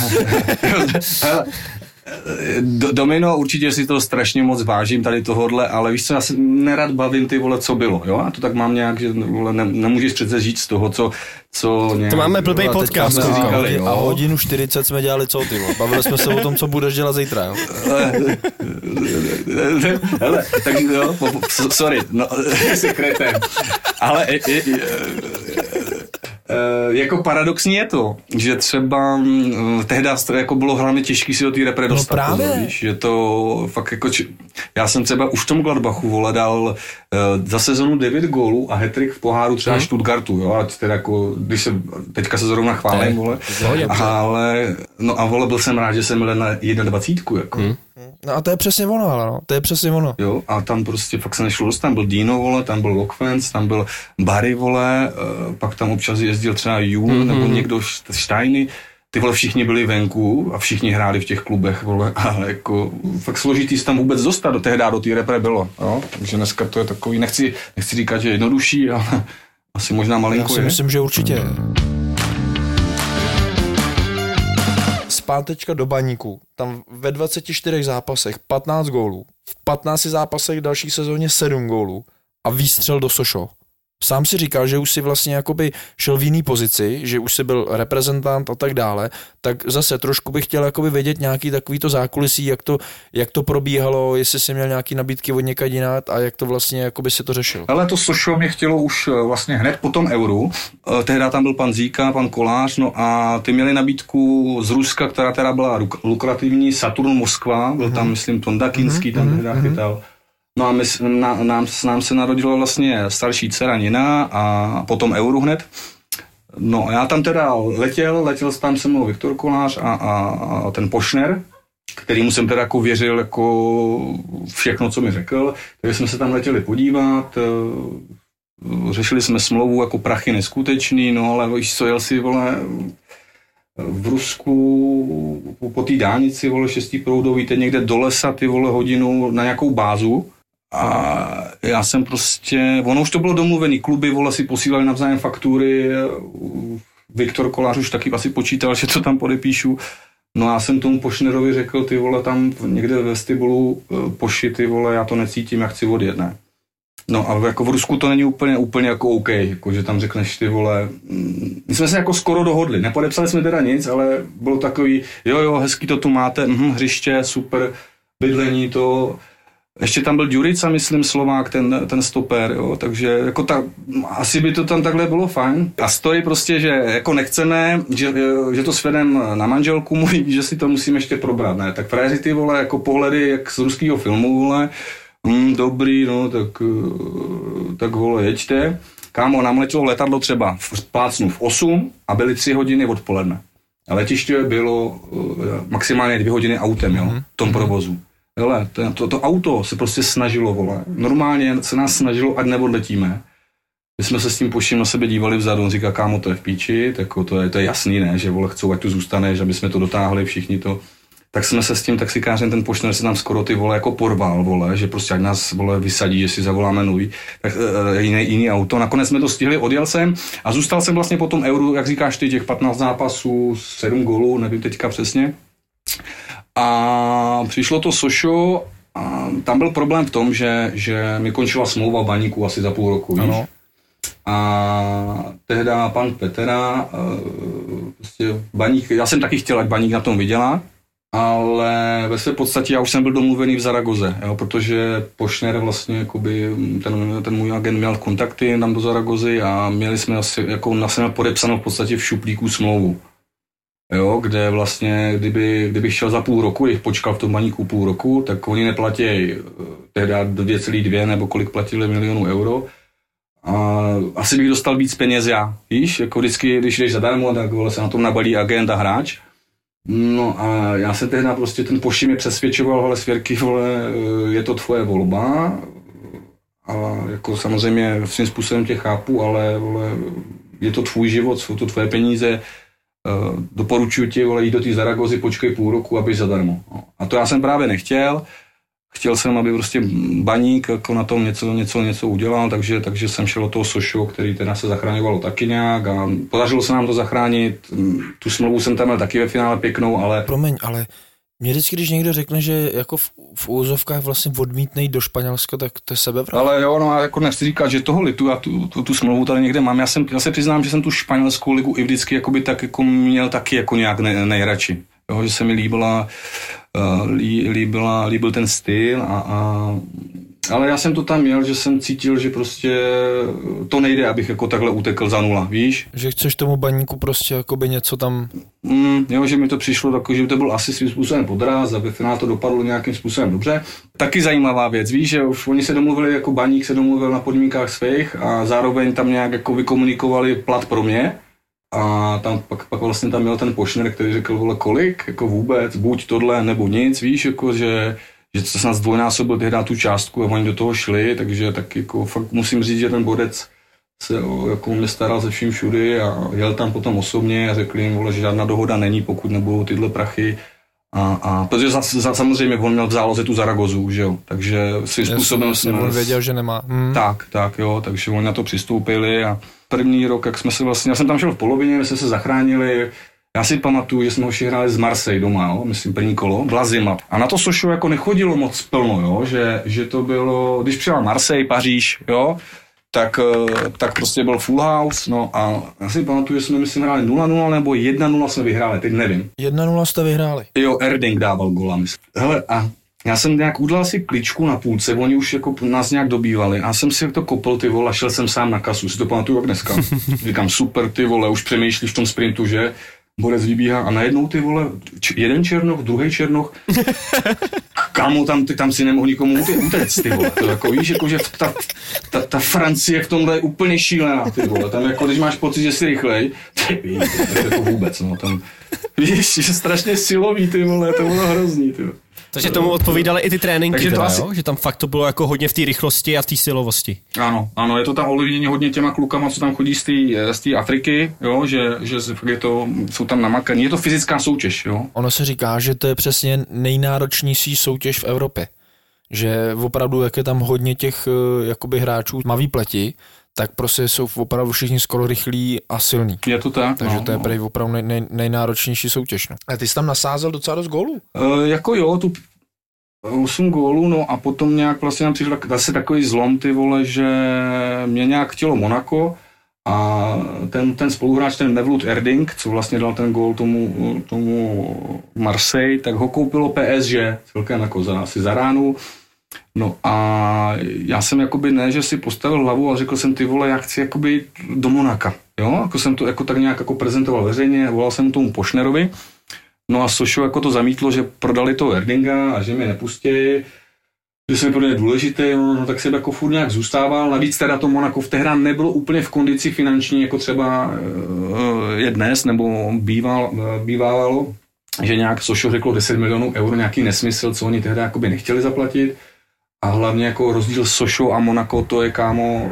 [SPEAKER 5] Domino, určitě si to strašně moc vážím tady tohodle, ale víš co, já se nerad bavím ty vole, co bylo, jo? A to tak mám nějak, že vole, nemůžeš přece žít z toho, co nějak...
[SPEAKER 3] To máme blbý podcast.
[SPEAKER 4] A hodinu 40 jsme dělali co, ty vole? Bavili jsme se o tom, co budeš dělat zítra, jo?
[SPEAKER 5] Hele, takže jo, sorry, no, jsi kretem. Ale jako paradoxní je to, že třeba tehdy jako bylo hlavně těžký si do té repre dostat.
[SPEAKER 4] No právě.
[SPEAKER 5] Víš, že to fakt jako... Já jsem třeba už v tom Gladbachu, vole, dal za sezonu 9 gólů a hat-trick v poháru třeba Stuttgartu, jo, a teda jako, když se teďka se zrovna chválím, vole, ale, no a vole, byl jsem rád, že jsem byl na 21, jako.
[SPEAKER 4] No a to je přesně ono, ale no, to je přesně ono.
[SPEAKER 5] Jo, a tam prostě fakt se nešlo dost, tam byl Dino, vole, tam byl Lokvens, tam byl Barry, vole, pak tam občas jezdil třeba Jun, nebo někdo Steiny, ty vole všichni byli venku a všichni hráli v těch klubech, vole, a jako fakt složitý se tam vůbec dostat, do té repre bylo, jo, takže dneska to je takový, nechci říkat, že jednodušší, ale asi možná malinko je.
[SPEAKER 4] Já si myslím, že určitě. Zpátečka do Baníku, tam ve 24 zápasech 15 gólů, v 15 zápasech další sezóně 7 gólů a výstřel do Sošo. Sám si říkal, že už si vlastně jakoby šel v jiný pozici, že už si byl reprezentant a tak dále, tak zase trošku bych chtěl jakoby vědět nějaký takovýto zákulisí, jak to probíhalo, jestli jsi měl nějaký nabídky od někať jinat a jak to vlastně jakoby si to řešil.
[SPEAKER 5] Ale to Sošo mě chtělo už vlastně hned po tom Euru, tehdy tam byl pan Zíka, pan Kolář, no a ty měli nabídku z Ruska, která teda byla lukrativní, Saturn Moskva, byl tam myslím Tonda Kinský, tam tehdy chytal. No a nám se narodila vlastně starší dcera Nina a potom Euru hned. No a já tam teda letěl tam se mnou Viktor Kolář a ten Pošner, kterýmu jsem teda jako věřil jako všechno, co mi řekl. Takže jsme se tam letěli podívat, řešili jsme smlouvu jako prachy neskutečný, no ale víš co, jel si, vole, v Rusku po té dálnici, vole, 6proudový, teď někde do lesa, ty vole, hodinu na nějakou bázu. A já jsem prostě, ono už to bylo domluvený, kluby, vole, si posílali navzájem faktury, Viktor Kolář už taky asi počítal, že to tam podepíšu. No já jsem tomu Pošnerovi řekl, ty vole, tam někde ve vestibulu Poši, ty vole, já to necítím, já chci odjet, ne. No a jako v Rusku to není úplně jako OK, jako že tam řekneš, ty vole, my jsme se jako skoro dohodli, nepodepsali jsme teda nic, ale bylo takový, jo, hezký to tu máte, hřiště, super, bydlení, to... Ještě tam byl Ďurica, myslím, Slovák, ten stoper, jo, takže jako asi by to tam takhle bylo fajn. A stojí prostě, že jako nechceme, že to svedem na manželku můj, že si to musíme ještě probrat, ne, tak frajeři ty, vole, jako pohledy, jak z ruského filmu, vole, dobrý, no, tak vole, jeďte. Kámo, nám letělo letadlo třeba v plácnu v 8 a byly 3 hodiny odpoledne. A letiště bylo maximálně 2 hodiny autem, jo, v tom provozu. Hele, to auto se prostě snažilo, vole. Normálně se nás snažilo, ať neodletíme. My jsme se s tím Poším na sebe dívali vzadu, on říká, kámo, to je v píči, tak to je jasný, ne, že, vole, chcou, ať tu zůstaneš, aby jsme to dotáhli všichni to. Tak jsme se s tím taxikářem, ten Pošner se nám skoro ty, vole, jako porval, vole, že prostě ať nás, vole, vysadí, že si zavoláme nový, tak jiný auto. Nakonec jsme to stihli, odjel jsem a zůstal jsem vlastně po tom Euru, jak říkáš ty, těch 15 zápasů, 7 gólů, nevím teďka přesně. A přišlo to Sošo A tam byl problém v tom, že mi končila smlouva v Baníku asi za půl roku, víš? A tehda pan Petera, prostě Baník, já jsem taky chtěl, ať Baník na tom vydělá, ale ve své podstatě já už jsem byl domluvený v Zaragoze, jo, protože Pošner vlastně, jakoby, ten můj agent měl kontakty tam do Zaragozy a měli jsme asi, jako na sebe podepsanou v podstatě v šuplíku smlouvu. Jo, kde vlastně, kdybych šel za půl roku, jich počkal v tom Baníku půl roku, tak oni neplatí tehda 2,2 nebo kolik platili milionů euro. A asi bych dostal víc peněz já, víš, jako vždycky, když jdeš zadarmo, tak se na tom nabalí agent a hráč. No a já jsem tehdy prostě ten Poši mě přesvědčoval, ale Svěrky, vole, je to tvoje volba. A jako samozřejmě svým způsobem tě chápu, ale vole, je to tvůj život, jsou to tvoje peníze. Doporučuji ti, vole, jít do té Zaragozy, počkej půl roku, aby zadarmo. A to já jsem právě nechtěl. Chtěl jsem, aby prostě Baník jako na tom něco udělal, takže jsem šel do toho Sošo, který teda se zachraňovalo taky nějak a podařilo se nám to zachránit. Tu smlouvu jsem tam měl taky ve finále pěknou, ale...
[SPEAKER 4] Promiň, ale mě vždycky, když někdo řekne, že jako v úzovkách vlastně odmítne jít do Španělska, tak to je sebevražda.
[SPEAKER 5] Ale jo, no jako nechci říkat, že toho litu, já tu smlouvu tady někde mám. Já se přiznám, že jsem tu španělskou ligu i vždycky jakoby tak jako měl taky jako nějak nejradši. Jo, že se mi líbil ten styl ale já jsem to tam měl, že jsem cítil, že prostě to nejde, abych jako takhle utekl za nula, víš?
[SPEAKER 4] Že chceš tomu Baníku prostě jakoby něco tam...
[SPEAKER 5] Jo, že mi to přišlo takový, že to byl asi svým způsobem podraz a ve finále to dopadlo nějakým způsobem dobře. Taky zajímavá věc, víš, že už oni se domluvili, jako Baník se domluvil na podmínkách svých a zároveň tam nějak jako vykomunikovali plat pro mě. A tam pak vlastně tam měl ten Pošner, který řekl, vole, kolik, jako vůbec, buď tohle, nebo nic, víš, jako, že se snad zdvojnásobil tehdy tu částku a oni do toho šli, takže tak jako fakt musím říct, že ten Bodec se jako mě staral ze vším všudy a jel tam potom osobně a řekl jim, vole, že žádná dohoda není, pokud nebudou tyhle prachy. A protože samozřejmě on měl v záloze tu Zaragozu, že jo, takže svým způsobem jsme...
[SPEAKER 4] On věděl, že nemá.
[SPEAKER 5] Tak jo, takže oni na to přistoupili a první rok, jak jsme se vlastně, já jsem tam šel v polovině, my jsme se zachránili, já si pamatuju, že jsme hoši hráli z Marseille doma, jo, myslím první kolo, byla zima. A na to Sošo jako nechodilo moc plno, jo, že to bylo, když přijel Marseille, Paříž, jo, tak prostě byl full house, no a já si pamatuju, že jsme myslím hráli 0-0 nebo 1-0 jsme vyhráli, teď nevím.
[SPEAKER 4] 1-0 jste vyhráli.
[SPEAKER 5] Jo, Erding dával gola, myslím. Hele, a já jsem nějak udělal si kličku na půlce, oni už jako nás nějak dobývali a jsem si to kopl, ty vole, a šel jsem sám na kasu, si to pamatuju jak dneska. Říkám, super, ty vole, už přemýšlíš v tom sprintu, že? Bodec vybíhá a najednou ty vole, jeden černoch, druhý černoch, kámo, tam si nemohl nikomu utéct, ty vole, to jako víš, jako, že ta Francie v tomhle je úplně šílená, ty vole, tam jako, když máš pocit, že jsi rychlej, ty víš, to jako vůbec, no, tam, víš, že strašně silový, ty vole, to bylo hrozný, ty vole.
[SPEAKER 3] Takže tomu odpovídaly i ty tréninky, teda, asi... jo? Že tam fakt to bylo jako hodně v té rychlosti a v té silovosti.
[SPEAKER 5] Ano, je to tam ovlivnění hodně těma klukama, co tam chodí z té Afriky, jo? Že je to, jsou tam namakaní, je to fyzická soutěž. Jo?
[SPEAKER 4] Ono se říká, že to je přesně nejnáročnější soutěž v Evropě. Že opravdu, jak je tam hodně těch jakoby hráčů tmavý pleti, tak prostě jsou opravdu všichni skoro rychlí a silní.
[SPEAKER 5] Je to tak.
[SPEAKER 4] Takže to je prej opravdu nejnáročnější soutěž. No. A ty jsi tam nasázel docela dost gólů?
[SPEAKER 5] Jako jo, tu 8 gólů, no a potom nějak vlastně nám přišel zase takový zlom, ty vole, že mě nějak chtělo Monaco a ten spoluhráč, ten Mevlut Erding, co vlastně dal ten gól tomu Marseille, tak ho koupilo PSG, celkem jako asi za ránu. No a já jsem jakoby ne, že si postavil hlavu, ale řekl jsem, ty vole, já chci jakoby do Monaka, jo, jako jsem to jako tak nějak jako prezentoval veřejně, volal jsem tomu Pošnerovi, no a Sošo jako to zamítlo, že prodali toho Erdinga a že mě nepustí, že se mi pro ně důležitý, no tak se jako furt nějak zůstával, navíc teda to Monako v té hře nebylo úplně v kondici finanční, jako třeba je dnes, nebo bývávalo, že nějak Sošo řeklo 10 milionů eur, nějaký nesmysl, co oni tehdy jakoby nechtěli zaplatit. A hlavně jako rozdíl Sošo a Monaco, to je, kámo,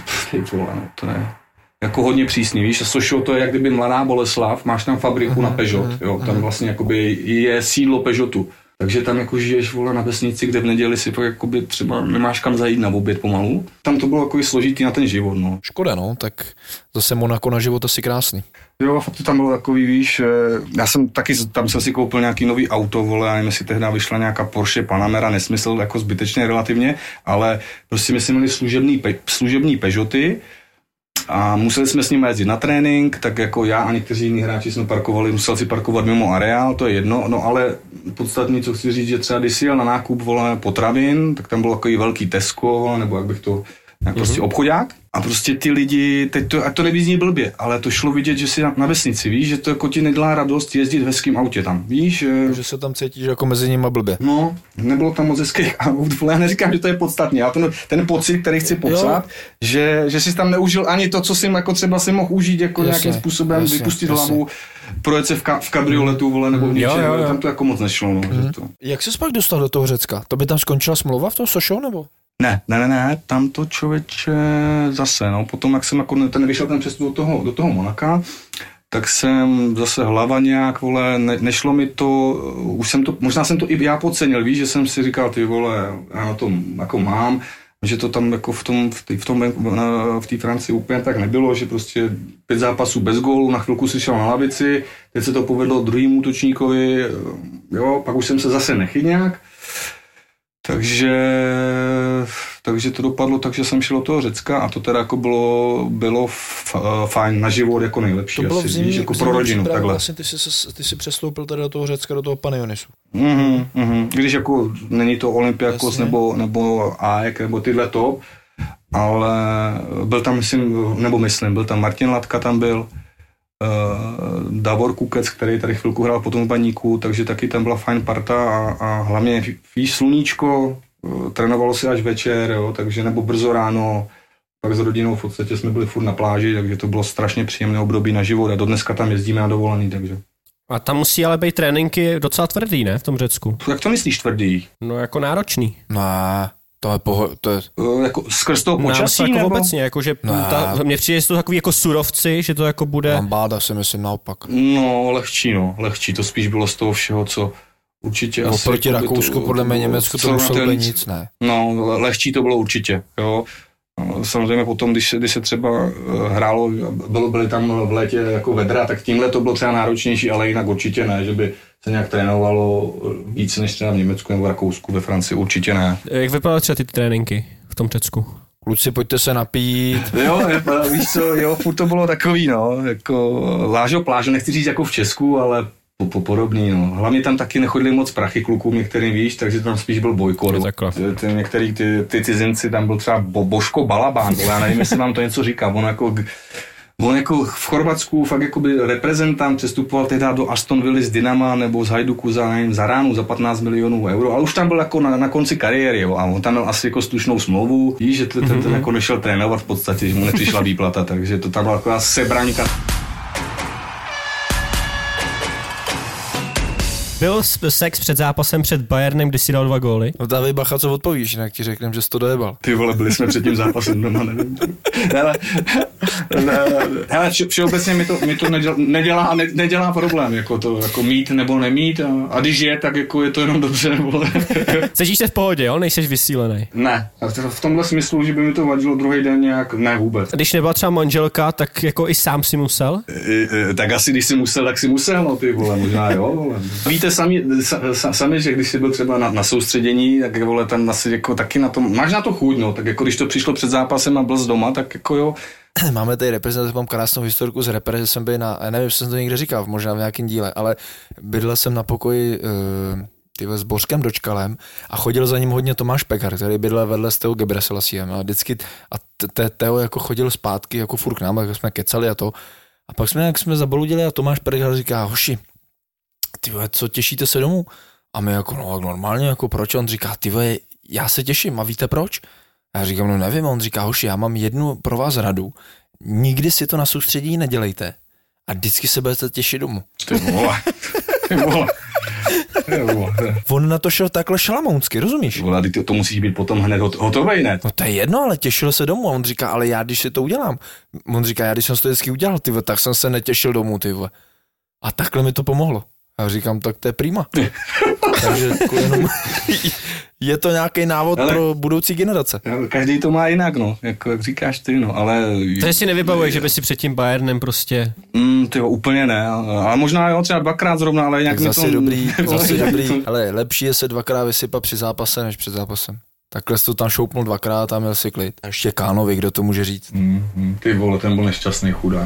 [SPEAKER 5] to je jako hodně přísný, víš, a Sošo to je jak kdyby Mladá Boleslav, máš tam fabriku na Peugeot, jo, tam vlastně jakoby je sídlo Peugeotu. Takže tam jako žiješ, vole, na vesnici, kde v neděli si pak jakoby třeba nemáš kam zajít na oběd pomalu. Tam to bylo jako složitý na ten život, no.
[SPEAKER 4] Škoda, no, tak zase Monako na život asi krásný.
[SPEAKER 5] Jo, fakt to tam bylo takový, víš, já jsem taky, tam jsem si koupil nějaký nový auto, vole, a nevím, jestli tehdy vyšla nějaká Porsche Panamera, nesmysl, jako zbytečně relativně, ale prostě my jsme měli služební Peugeoty a museli jsme s nimi jezdit na trénink, tak jako já a někteří jiní hráči jsme parkovali, musel si parkovat mimo areál, to je jedno, no ale podstatně, co chci říct, že třeba když si jel na nákup, vole, potravin, tak tam bylo takový velký Tesco, vole, nebo jak bych to, prostě obchodák. A prostě ty lidi, teď to, ať to nevyzní blbě, ale to šlo vidět, že si na vesnici, víš, že to jako ti nedělá radost jezdit v hezkým autě tam, víš.
[SPEAKER 4] Že se tam cítíš jako mezi nimi blbě.
[SPEAKER 5] No, nebylo tam moc hezkých aut, já neříkám, že to je podstatně, ale ten pocit, který chci popsat, že jsi tam neužil ani to, co jsi jako třeba si mohl užít, jako nějakým způsobem vypustit hlavu, projet se v kabrioletu, vole, nebo v něčem, tam to jako moc nešlo, no. Že to.
[SPEAKER 4] Jak jsi pak dostal do toho Řecka? To by tam skončila smlouva v tom Sochaux, nebo?
[SPEAKER 5] Ne, tam to člověče zase, no, potom jak jsem jako ten vyšel ten přestup do toho Monaka, tak jsem zase hlava nějak, vole, nešlo mi to, už jsem to, možná jsem to i já podcenil, víš, že jsem si říkal, ty vole, já na tom jako mám, že to tam jako v té Francii úplně tak nebylo, že prostě 5 zápasů bez gólu, na chvilku si šel na lavici, teď se to povedlo druhýmu útočníkovi, jo, pak už jsem se zase nechyňák. Takže to dopadlo tak, že jsem šel do toho Řecka a to teda jako bylo fajn na život jako nejlepší.
[SPEAKER 4] To bylo
[SPEAKER 5] asi, víš, jako pro rodinu. Takhle.
[SPEAKER 4] Vlastně ty jsi přestoupil teda do toho Řecka, do toho Panionisu.
[SPEAKER 5] Když jako není to Olympiakos nebo AEK nebo tyhle top, ale byl tam byl tam Martin Latka tam byl, Davor Kukec, který tady chvilku hrál potom v Baníku, takže taky tam byla fajn parta a hlavně víš, sluníčko, trénovalo se až večer, jo, takže nebo brzo ráno, pak s rodinou v podstatě jsme byli furt na pláži, takže to bylo strašně příjemné období na život a do dneska tam jezdíme na dovolený, takže.
[SPEAKER 3] A tam musí ale být tréninky docela tvrdý, ne, v tom Řecku?
[SPEAKER 5] Jak to myslíš tvrdý?
[SPEAKER 3] No jako náročný.
[SPEAKER 4] Ne. To je
[SPEAKER 5] jako skrz toho počasí,
[SPEAKER 3] jako
[SPEAKER 5] nebo?
[SPEAKER 3] obecně, jako že mně přijde, že to takový jako surovci, že to jako bude...
[SPEAKER 4] Lambáda si myslím naopak.
[SPEAKER 5] No, lehčí, to spíš bylo z toho všeho, co určitě asi...
[SPEAKER 4] Proti Rakousku, podle mě Německu to muselo být nic, ne?
[SPEAKER 5] No, lehčí to bylo určitě, jo. Samozřejmě potom, když se třeba hrálo, byly tam v létě jako vedra, tak tímhle to bylo třeba náročnější, ale jinak určitě ne, že by se nějak trénovalo víc než třeba v Německu nebo v Rakousku, ve Francii, určitě ne.
[SPEAKER 3] Jak vypadaly třeba ty tréninky v tom Řecku?
[SPEAKER 4] Kluci, pojďte se napít.
[SPEAKER 5] Jo, víš co, jo, furt to bylo takový, no, jako lážo, nechci říct jako v Česku, ale podobný, no. Hlavně tam taky nechodili moc prachy klukům některým, víš, takže tam spíš byl bojkot. Některý ty cizinci, tam byl třeba Božko Balabán, já nevím, jestli vám to něco říká, on jako v Chorvatsku fakt jakoby reprezentant přestupoval tehdy do Aston Villa z Dynama nebo z Hajduku za ránu za 15 milionů euro, ale už tam byl jako na konci kariéry, jo, a on tam měl asi jako slušnou smlouvu, víš, že ten jako nešel trénovat v podstatě, že mu nepřišla výplata, takže to tam byla taková sebraňka.
[SPEAKER 3] Byl sex před zápasem před Bayernem, kdy si dal 2 góly?
[SPEAKER 4] No dávej bacha, co odpovíš, jinak ti řeknem, že jsi to dojebal.
[SPEAKER 5] Ty vole, byli jsme před tím zápasem doma, nevím. Hele, všeobecně mi to nedělá problém, jako to, jako mít nebo nemít a když je, tak jako je to jenom dobře, nebo
[SPEAKER 3] Cítíš se v pohodě, jo? Nejseš vysílený.
[SPEAKER 5] Ne, v tomhle smyslu, že by mi to vadilo druhý den nějak, ne vůbec.
[SPEAKER 3] Když nebyla třeba manželka, tak jako i sám si musel?
[SPEAKER 5] Tak asi když si musel, tak si musel, no ty vole, možná jo, vole. Víte sami, že když jsi byl třeba na soustředění, tak vole, tam asi jako taky na tom, máš na to chuť, no, tak jako když to přišlo před zápasem a byl z doma, tak jako jo.
[SPEAKER 4] Máme tady reprezentaci, mám krásnou historku z repre, že jsem byl nevím, jestli jsem to někde říkal, možná v nějakém díle, ale bydlel jsem na pokoji s Bořkem Dočkalem a chodil za ním hodně Tomáš Pekar, který bydlel vedle s Teo Gebreselasiem a vždycky Teo jako chodil zpátky jako furt k nám, jako jsme kecali a to. A pak jsme zabaludili a Tomáš Pekar říká, hoši, ty vole, co těšíte se domů? A my jako, no normálně, jako proč? On říká, ty vole, já se těším a víte proč? A já říkám, no nevím, a on říká, hoši, já mám jednu pro vás radu, nikdy si to na soustředí nedělejte a vždycky se budete těšit domů.
[SPEAKER 5] Ty vole.
[SPEAKER 4] On na to šel takhle šalamounsky, rozumíš?
[SPEAKER 5] Vole, to musíš být potom hned hotovej, ne?
[SPEAKER 4] No to je jedno, ale těšil se domů a on říká, ale já když si to udělám, on říká, já když jsem to vždycky udělal, ty vole, tak jsem se netěšil domů, ty vole. A takhle mi to pomohlo. A říkám, tak to je prima. Takže jenom je to nějaký návod pro budoucí generace.
[SPEAKER 5] Každý to má jinak, no, jak říkáš ty, no, ale...
[SPEAKER 3] To si nevybavuješ, že by si před tím Bayernem prostě...
[SPEAKER 5] Tyjo, úplně ne, ale možná jo, třeba 2krát zrovna, ale nějak
[SPEAKER 4] tak zase
[SPEAKER 5] mi to...
[SPEAKER 4] dobrý, ale lepší je se 2krát vysypat při zápase, než před zápasem. Takhle jsi to tam šoupnul 2krát a měl si klid. A ještě Kánovi, kdo to může říct.
[SPEAKER 5] Ty vole, ten byl nešťastný chudák.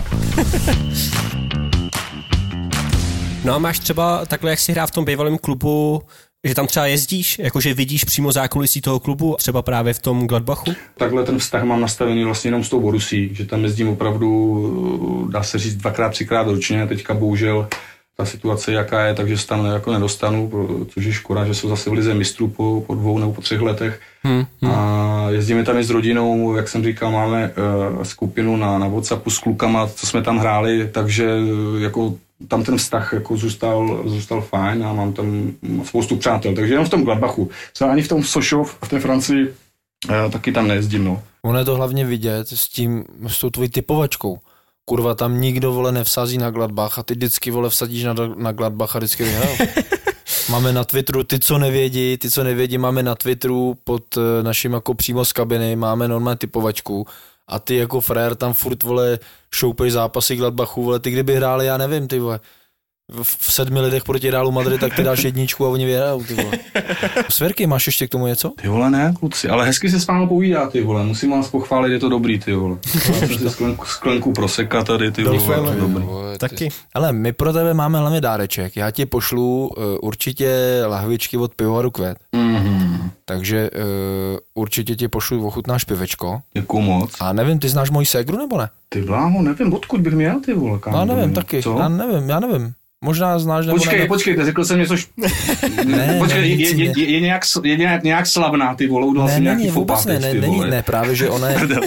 [SPEAKER 3] No a máš třeba takhle, jak si hrál v tom bývalém klubu, že tam třeba jezdíš, jakože vidíš přímo zákulisí toho klubu, třeba právě v tom Gladbachu?
[SPEAKER 5] Takhle ten vztah mám nastavený vlastně jenom s tou Borussí, že tam jezdím opravdu, dá se říct 2krát, 3krát ročně, teďka bohužel ta situace jaká je, takže se tam jako nedostanu, což je škoda, že jsou zase v lize mistrů po 2 nebo po 3 letech. A jezdíme tam i s rodinou, jak jsem říkal, máme skupinu na WhatsAppu s klukama, co jsme tam hráli, takže jako tam ten vztah jako zůstal fajn a mám tam spoustu přátel, takže jenom v tom Gladbachu. Co ani v tom Sochaux v té Francii taky tam nejezdím, no.
[SPEAKER 4] Ono je to hlavně vidět s tou tvojí typovačkou. Kurva, tam nikdo, vole, nevsází na Gladbach a ty vždycky, vole, vsadíš na Gladbach a vždycky vyhrál. Máme na Twitteru, ty, co nevědí, máme na Twitteru pod naším jako přímo z kabiny, máme normální typovačku a ty jako frér tam furt, vole, šoupeš zápasy Gladbachu, vole, ty kdyby hráli, já nevím, ty vole, v 7 lidech proti Realu Madrid, tak ty dáš 1 a oni vyhrajou, ty vole. Svěrky, máš ještě k tomu něco?
[SPEAKER 5] Ty vole, ne, kluci, ale hezky se s vámi povídá, ty vole, musím vás pochválit, je to dobrý, ty vole. Mám si sklenku proseka tady, ty vole, dobrý.
[SPEAKER 3] Taky.
[SPEAKER 4] Ale my pro tebe máme hlavně dáreček, já ti pošlu určitě lahvičky od pivovaru Kvet. Takže určitě ti pošlu ochutnáš pivečko.
[SPEAKER 5] Děkuju moc.
[SPEAKER 4] A nevím, ty znáš moji ségru nebo ne?
[SPEAKER 5] Ty bláho, nevím, odkud bych měl, ty vole, kámo.
[SPEAKER 4] Já nevím, taky, já nevím. Možná znáš nebo ne.
[SPEAKER 5] Počkej, řekl jsem něco
[SPEAKER 4] ne,
[SPEAKER 5] počkej, je nějak slavná, ty vole, udal jsem nějaký fopátek, ty vole.
[SPEAKER 4] Ne, právě, že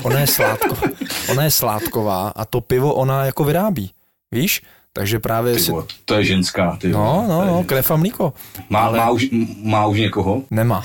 [SPEAKER 4] ona je sládková a to pivo ona jako vyrábí, víš? Takže právě
[SPEAKER 5] ty vole, to je ženská, ty vole.
[SPEAKER 4] No, krev a mlíko.
[SPEAKER 5] Má už někoho?
[SPEAKER 4] Nemá.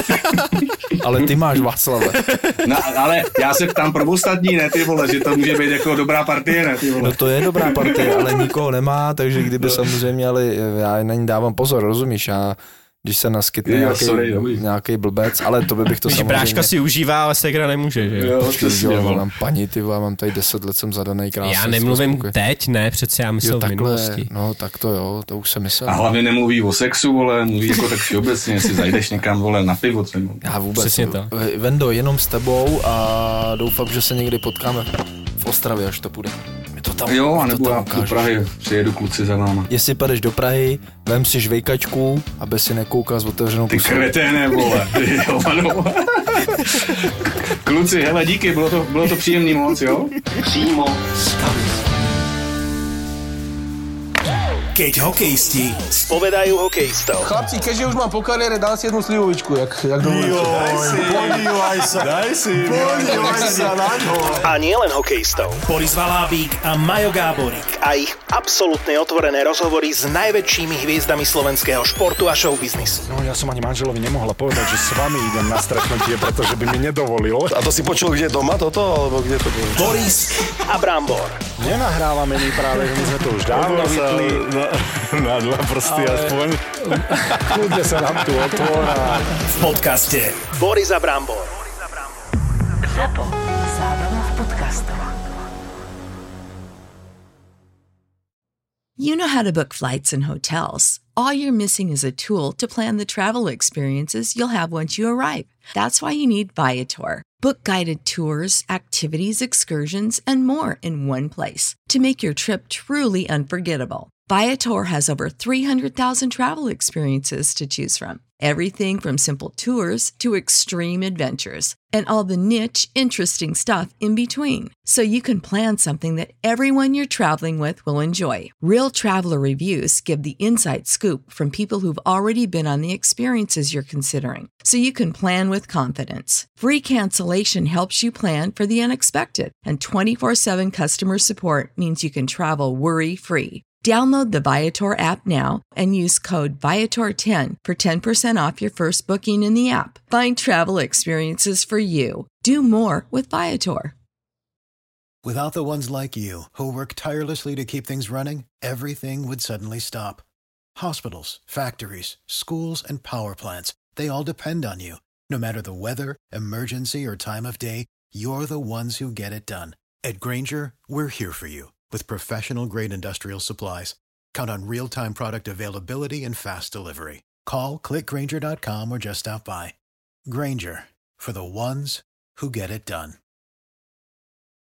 [SPEAKER 4] Ale ty máš, Václave.
[SPEAKER 5] No, ale já se ptám pro ostatní, ne, ty vole, že to může být jako dobrá partie, ne, ty vole.
[SPEAKER 4] No to je dobrá partie, ale nikoho nemá, takže kdyby samozřejmě, ale já na ní dávám pozor, rozumíš, když se naskytne nějaký blbec, ale to bych to samozřejmě...
[SPEAKER 3] Bráška si užívá, ale ségra nemůže, že jo?
[SPEAKER 4] Mám paní, ty vole, mám tady 10 let, jsem zadanej krásný.
[SPEAKER 3] Já nemluvím teď, ne, přece já myslel v minulosti.
[SPEAKER 4] No tak to jo, to už jsem myslel.
[SPEAKER 5] A hlavně nemluví o sexu, vole, mluví jako tak všeobecně, jestli zajdeš někam, vole, na pivo třeba.
[SPEAKER 4] Já vůbec.
[SPEAKER 3] Přesně to.
[SPEAKER 4] Vendo, jenom s tebou a doufám, že se někdy potkáme v Ostravě, až to půjde.
[SPEAKER 5] Jo, anebo já do Prahy přijedu, kluci za váma.
[SPEAKER 4] Jestli padeš do Prahy, vem si žvejkačku, aby si nekoukal s otevřenou pusou.
[SPEAKER 5] Ty kreténe, vole. Kluci, hele, díky, bylo to příjemný moc, jo?
[SPEAKER 6] Přímo z kabiny.
[SPEAKER 7] Keď hokejisti spovedajú hokejistov.
[SPEAKER 8] Chlapci, keďže už mám po kariére, dal si jednu slivovičku, jak dovolíte.
[SPEAKER 7] Podívaj sa na ňo. A nielen hokejistov. Boris Valábík a Majo Gáborík a ich absolútne otvorené rozhovory s najväčšími hviezdami slovenského športu a showbiznisu.
[SPEAKER 9] No ja som ani manželovi nemohla povedať, že s vami idem na stretnutie, pretože by mi nedovolil.
[SPEAKER 10] A to si počul kde doma toto, alebo kde to bolo?
[SPEAKER 7] Boris a Brambor.
[SPEAKER 9] Nenahrávame my práve, my sme to už dávno vypli. Na 2 prsty aspoň. Kľudne sa nám tu otvorá.
[SPEAKER 7] V podcaste Boris a Brambor.
[SPEAKER 2] Zapo. Zábrná v podcastovách.
[SPEAKER 11] You know how to book flights and hotels. All you're missing is a tool to plan the travel experiences you'll have once you arrive. That's why you need Viator. Book guided tours, activities, excursions, and more in one place to make your trip truly unforgettable. Viator has over 300,000 travel experiences to choose from. Everything from simple tours to extreme adventures and all the niche, interesting stuff in between. So you can plan something that everyone you're traveling with will enjoy. Real traveler reviews give the inside scoop from people who've already been on the experiences you're considering. So you can plan with confidence. Free cancellation helps you plan for the unexpected. And 24/7 customer support means you can travel worry-free. Download the Viator app now and use code Viator10 for 10% off your first booking in the app. Find travel experiences for you. Do more with Viator.
[SPEAKER 12] Without the ones like you, who work tirelessly to keep things running, everything would suddenly stop. Hospitals, factories, schools, and power plants, they all depend on you. No matter the weather, emergency, or time of day, you're the ones who get it done. At Grainger, we're here for you with professional-grade industrial supplies. Count on real-time product availability and fast delivery. Call, click Grainger.com, or just stop by. Grainger, for the ones who get it done.